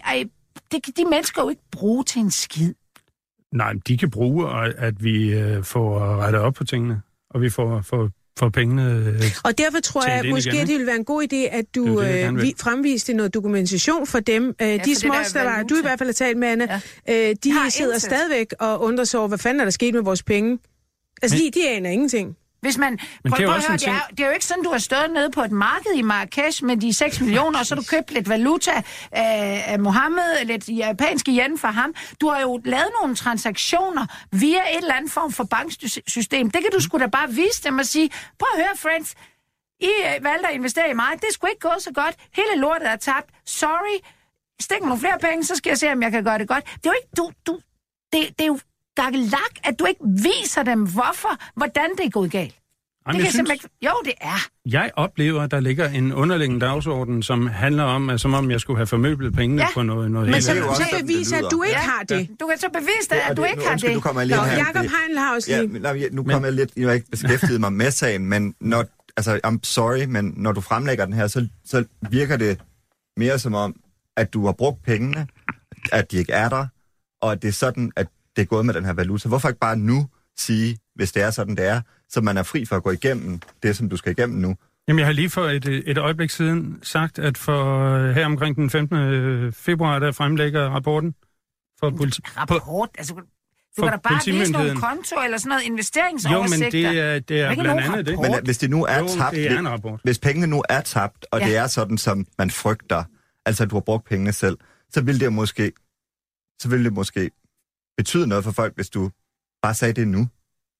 de mennesker jo ikke bruge til en skid. Nej, de kan bruge, at vi får rettet op på tingene, og vi får pengene. Og derfor tror jeg, måske det ville være en god idé, at du fremviste noget dokumentation for dem. De smås, du i hvert fald har talt med, Anna, de sidder stadigvæk og undrer sig over, hvad fanden er der sket med vores penge. Altså, de aner ingenting. Hvis man, prøv at høre, det er jo ikke sådan, du har stået nede på et marked i Marrakesh med de 6 millioner, og så har du købt lidt valuta af Mohammed, lidt japanske yen for ham. Du har jo lavet nogle transaktioner via et eller andet form for banksystem. Det kan du sgu da bare vise dem og sige, prøv at høre, friends, I valgte at investere i mig. Det skulle ikke gå så godt. Hele lortet er tabt. Sorry. Stik mig nogle flere penge, så skal jeg se, om jeg kan gøre det godt. Det er jo ikke... Det er jo gakkelak, at du ikke viser dem, hvordan det er gået galt. Jamen, det kan simpelthen ikke... Jo, det er. Jeg oplever, at der ligger en underliggende dagsorden, som handler om, at som om jeg skulle have formøblet pengene på noget men helt så beviser, at du ikke har det. Du kan så bevise, at du ikke har det. Jakob Heinl har også lige... Nu kommer jeg lidt... Jeg har ikke beskæftiget mig med sagen, men når... Altså, I'm sorry, men når du fremlægger den her, så virker det mere som om, at du har brugt pengene, at de ikke er der, og at det er sådan, at det er gået med den her valuta. Hvorfor ikke bare nu sige, hvis det er sådan, det er, så man er fri for at gå igennem det, som du skal igennem nu? Jamen, jeg har lige for et øjeblik siden sagt, at for her omkring den 15. februar, der fremlægger rapporten for Rapport? Altså, du kan da bare vise nogle konto eller sådan noget investeringsoversigter. Jo, men det er blandt andet det. Men hvis det nu er tabt, hvis pengene nu er tabt, og det er sådan, som man frygter, altså at du har brugt pengene selv, så vil det måske betyde noget for folk, hvis du bare sagde det nu.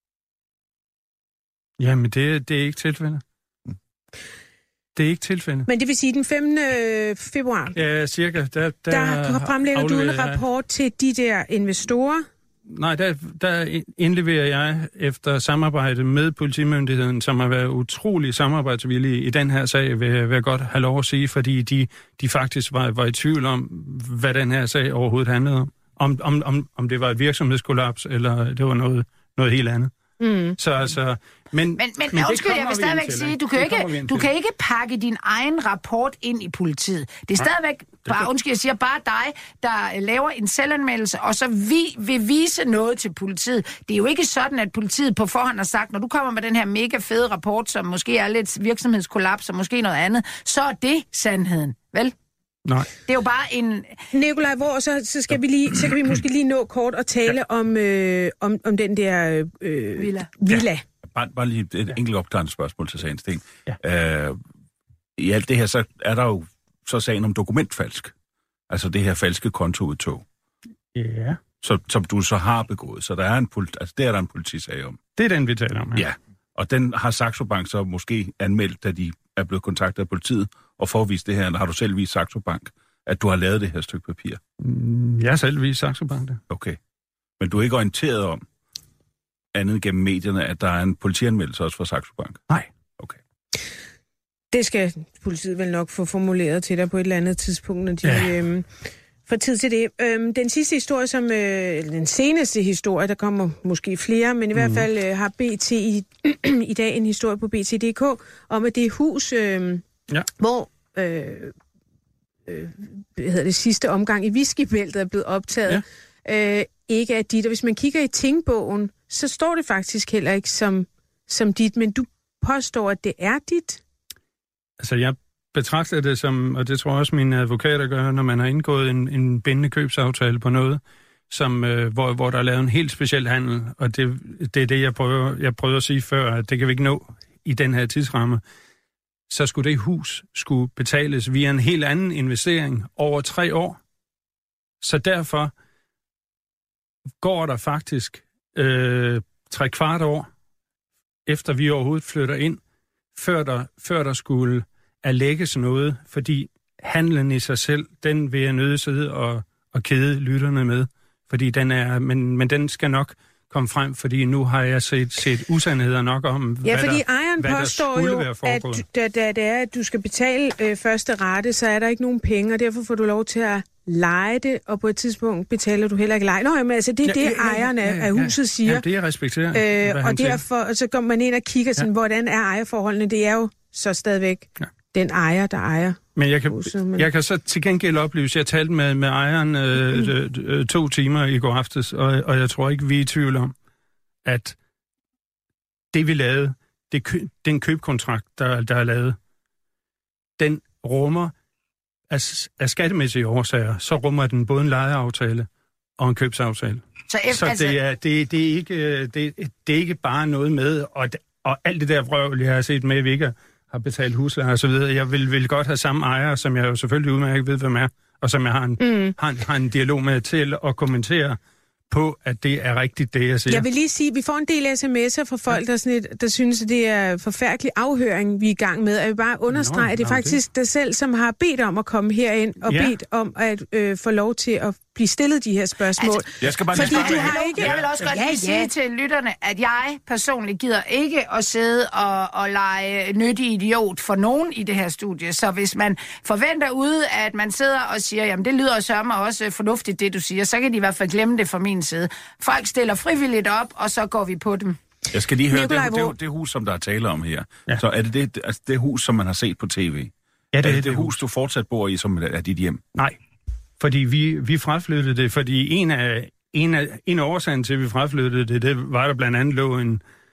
Jamen, det er ikke tilfældet. Det er ikke tilfældet. Men det vil sige, den 5. februar, ja, cirka, der fremlægger du en rapport til de der investorer? Nej, der indleverer jeg efter samarbejde med politimyndigheden, som har været utrolig samarbejdsvillige i den her sag, vil jeg godt have lov at sige, fordi de faktisk var i tvivl om, hvad den her sag overhovedet handlede om. Om det var et virksomhedskollaps, eller det var noget helt andet. Mm. Så altså... Men undskyld, jeg vil stadigvæk sige, du kan ikke pakke din egen rapport ind i politiet. Det er stadigvæk, jeg siger bare dig, der laver en selvanmeldelse, og så vil vise noget til politiet. Det er jo ikke sådan, at politiet på forhånd har sagt, når du kommer med den her mega fede rapport, som måske er lidt virksomhedskollaps, og måske noget andet, så er det sandheden, vel? Nej. Det er jo bare en... Nikolaj, så kan vi måske lige nå kort og tale om den der villa. Ja. Bare lige et enkelt opklarende spørgsmål til sagen, Sten. Ja. I alt det her, så er der jo så sagen om dokumentfalsk. Altså det her falske kontoudtog. Ja. Som du så har begået. Så der er det er der en politisag om. Det er den, vi taler om. Ja. Og den har Saxo Bank så måske anmeldt, da de er blevet kontaktet af politiet, og forvist det her, eller har du selv vist Saxo Bank, at du har lavet det her stykke papir? Jeg har selv vist Saxo Bank det. Okay. Men du er ikke orienteret om, andet gennem medierne, at der er en politianmeldelse også fra Saxo Bank? Nej. Okay. Det skal politiet vel nok få formuleret til dig på et eller andet tidspunkt, når de får tid til det. Den sidste historie, den seneste historie, der kommer måske flere, men i hvert fald har BT i dag en historie på BT.dk om, at det hus, hvor sidste omgang i whiskybæltet er blevet optaget, ikke er dit. Og hvis man kigger i tingbogen, så står det faktisk heller ikke som dit, men du påstår, at det er dit. Altså, jeg betragter det som, og det tror jeg også mine advokater gør, når man har indgået en bindende købsaftale på noget, som, hvor der er lavet en helt speciel handel, og det er det, jeg prøvede at sige før, at det kan vi ikke nå i den her tidsramme. Så skulle det hus betales via en helt anden investering over 3 år. Så derfor går der faktisk 3/4 år, efter vi overhovedet flytter ind, før der skulle erlægges noget, fordi handlen i sig selv, den vil jeg nødt sidde og kede lytterne med, fordi den er, men den skal nok komme frem, fordi nu har jeg set usandheder nok om, hvad der skulle være foregået. Da det er, at du skal betale første rate, så er der ikke nogen penge, og derfor får du lov til at leje det, og på et tidspunkt betaler du heller ikke leje. Nå, men altså, det er det, ejeren af huset siger. Ja, det jeg respekterer. Og derfor så går man ind og kigger sådan, hvordan er ejerforholdene. Det er jo så stadigvæk den ejer, der ejer. Men jeg kan så til gengæld oplyse, jeg talte med ejeren 2 timer i går aftes, og jeg tror ikke, vi er i tvivl om, at det vi lavede, den købkontrakt, der er lavet, den rummer af skattemæssige årsager, så rummer den både en lejeaftale og en købsaftale. Så det er ikke bare noget med, og alt det der vrøvl, jeg har set med, at vi ikke har betalt husleje og så videre. Jeg vil godt have samme ejer, som jeg jo selvfølgelig udmærket ved, hvem er, og som jeg har en dialog med til at kommentere på, at det er rigtigt, det jeg siger. Jeg vil lige sige, at vi får en del sms'er fra folk, der synes, at det er forfærdelig afhøring, vi er i gang med. Jeg vil bare understrege, at det er faktisk dig selv, som har bedt om at komme herind og bedt om at få lov til at blive stillet de her spørgsmål. Altså, jeg skal bare Jeg vil også godt lige sige til lytterne, at jeg personligt gider ikke at sidde og lege nyttig idiot for nogen i det her studie. Så hvis man forventer ude, at man sidder og siger, jamen det lyder sørme også fornuftigt, det du siger, så kan de i hvert fald glemme det fra min side. Folk stiller frivilligt op, og så går vi på dem. Jeg skal lige høre, det hus, som der er tale om her. Ja. Så er det af hus, som man har set på tv? Ja, det er det hus, du fortsat bor i, som er dit hjem? Nej, fordi vi fraflyttede det, fordi en af årsagen til, at vi fraflyttede det var der blandt andet lå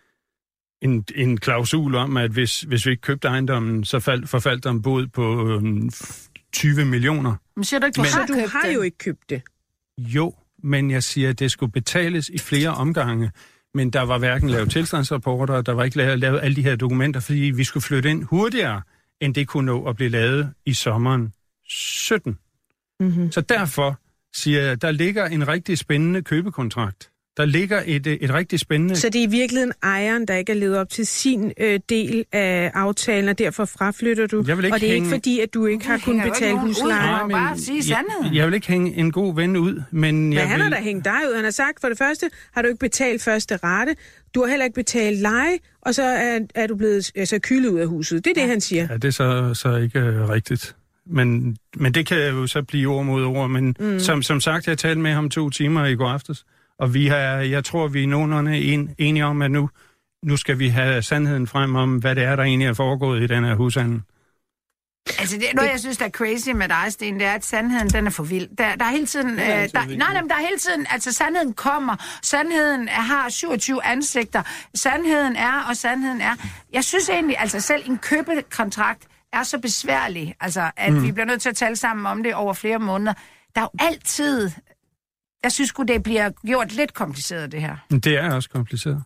en klausul om, at hvis vi ikke købte ejendommen, så forfaldt der en bod på 20 millioner. Men siger du ikke, du har jo ikke købt det? Jo, men jeg siger, at det skulle betales i flere omgange. Men der var hverken lavet tilstandsrapporter, der var ikke lavet alle de her dokumenter, fordi vi skulle flytte ind hurtigere, end det kunne nå at blive lavet i sommeren 17. Mm-hmm. Så derfor siger jeg, der ligger en rigtig spændende købekontrakt. Der ligger et rigtig spændende... Så det er i virkeligheden ejeren, der ikke er levet op til sin del af aftalen, og derfor fraflytter du? Og det er ikke fordi, at du ikke har kunnet betale husleje? Jeg vil ikke hænge en god ven ud, men han har da hængt dig ud. Han har sagt, for det første har du ikke betalt første rate, du har heller ikke betalt leje, og så er du blevet kylet ud af huset. Det er det, han siger. Ja, det er så ikke rigtigt. Men det kan jo så blive ord mod ord. Men som sagt, jeg talte med ham 2 timer i går aftes. Og jeg tror, vi er nogenlunde enige om, at nu skal vi have sandheden frem om, hvad det er, der egentlig er foregået i den her hushandel. Altså, noget, jeg synes, der er crazy med dig, Sten, det er, at sandheden, den er for vild. Der er hele tiden... der er hele tiden... Altså, sandheden kommer. Sandheden har 27 ansigter. Sandheden er, og sandheden er... Jeg synes egentlig, altså selv en købekontrakt er så besværlig, altså, at vi bliver nødt til at tale sammen om det over flere måneder. Der er jo altid... Jeg synes sgu, det bliver gjort lidt kompliceret, det her. Det er også kompliceret.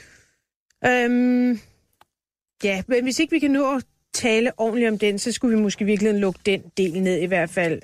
Ja, men hvis ikke vi kan nå at tale ordentligt om den, så skulle vi måske virkelig lukke den del ned i hvert fald.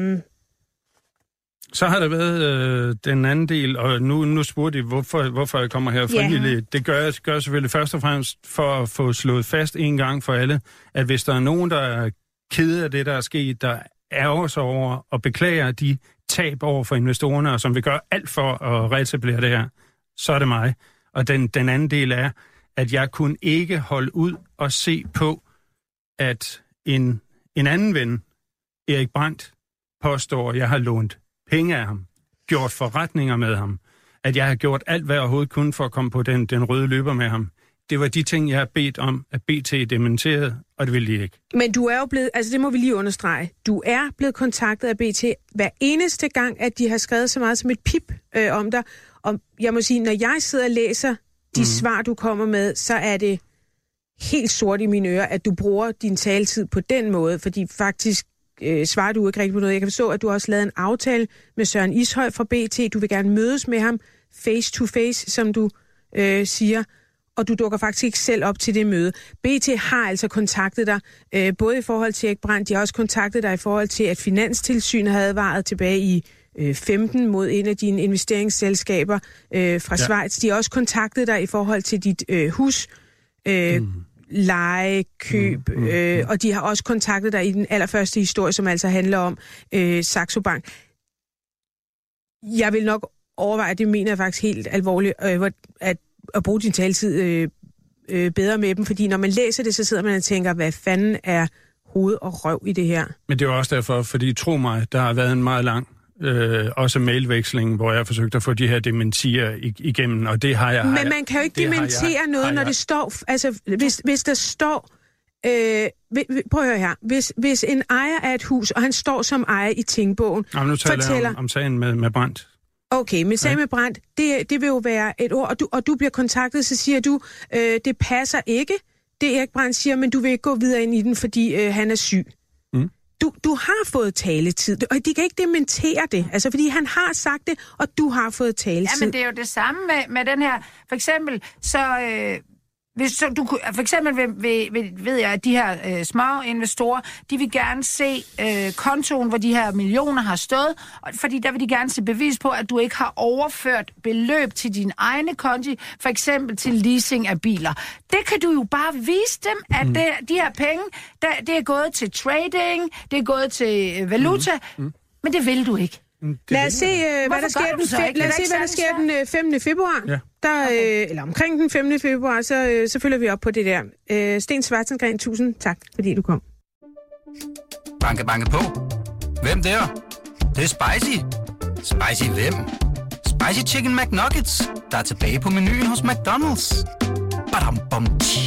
Så har der været den anden del, og nu spurgte de, hvorfor jeg kommer her frivilligt. Ja. Det gør jeg selvfølgelig først og fremmest for at få slået fast en gang for alle, at hvis der er nogen, der er kede af det, der er sket, der ærger sig over og beklager de tab over for investorerne, og som vil gøre alt for at reetablere det her, så er det mig. Og den anden del er, at jeg kunne ikke holde ud og se på, at en anden ven, Erik Brandt, påstår, at jeg har lånt penge af ham, gjort forretninger med ham, at jeg har gjort alt, hvad jeg overhovedet kunne for at komme på den røde løber med ham. Det var de ting, jeg har bedt om, at BT dementerede, og det ville de ikke. Men du er jo blevet, altså det må vi lige understrege, du er blevet kontaktet af BT hver eneste gang, at de har skrevet så meget som et pip om dig. Og jeg må sige, når jeg sidder og læser de svar, du kommer med, så er det helt sort i mine ører, at du bruger din taletid på den måde, fordi faktisk svarer du ikke rigtig på noget. Jeg kan forstå, at du også lavede en aftale med Søren Ishøj fra BT. Du vil gerne mødes med ham face to face, som du siger, og du dukker faktisk ikke selv op til det møde. BT har altså kontaktet dig, både i forhold til Erik Brandt, de har også kontaktet dig i forhold til, at Finanstilsynet havde advaret tilbage i 15 mod en af dine investeringsselskaber fra Schweiz. De har også kontaktet dig i forhold til dit hus, leje, køb, og de har også kontaktet dig i den allerførste historie, som altså handler om Saxo Bank. Jeg vil nok overveje, det mener jeg faktisk helt alvorligt, at bruge din taletid bedre med dem, fordi når man læser det, så sidder man og tænker, hvad fanden er hoved og røv i det her? Men det er også derfor, fordi tro mig, der har været en meget lang også mailveksling, hvor jeg har forsøgt at få de her dementier igennem, og det har jeg... Men man kan jo ikke dementere noget, når det står... Altså, hvis der står... prøv at høre her. Hvis en ejer af et hus, og han står som ejer i tingbogen... Jamen, nu taler jeg om sagen med Brandt. Okay, men sagen med Brandt, det vil jo være et ord, og du bliver kontaktet, så siger du, det passer ikke, det Erik Brandt siger, men du vil ikke gå videre ind i den, fordi han er syg. Du har fået taletid, og de kan ikke dementere det, altså fordi han har sagt det, og du har fået taletid. Ja, men det er jo det samme med den her, for eksempel, så Hvis du for eksempel ved jeg, at de her små investorer, de vil gerne se kontoen, hvor de her millioner har stået, fordi der vil de gerne se bevis på, at du ikke har overført beløb til din egne konti, for eksempel til leasing af biler. Det kan du jo bare vise dem, at de her penge, det er gået til trading, det er gået til valuta, men det vil du ikke. Lad os se, hvad der sker den 5. februar. Ja. Eller omkring den 5. februar, så følger vi op på det der. Sten Schwartzengren, tusind tak, fordi du kom. Banke, banke på. Hvem der? Det er spicy. Spicy hvem? Spicy Chicken McNuggets, der er tilbage på menuen hos McDonald's. Badum, bom, tji.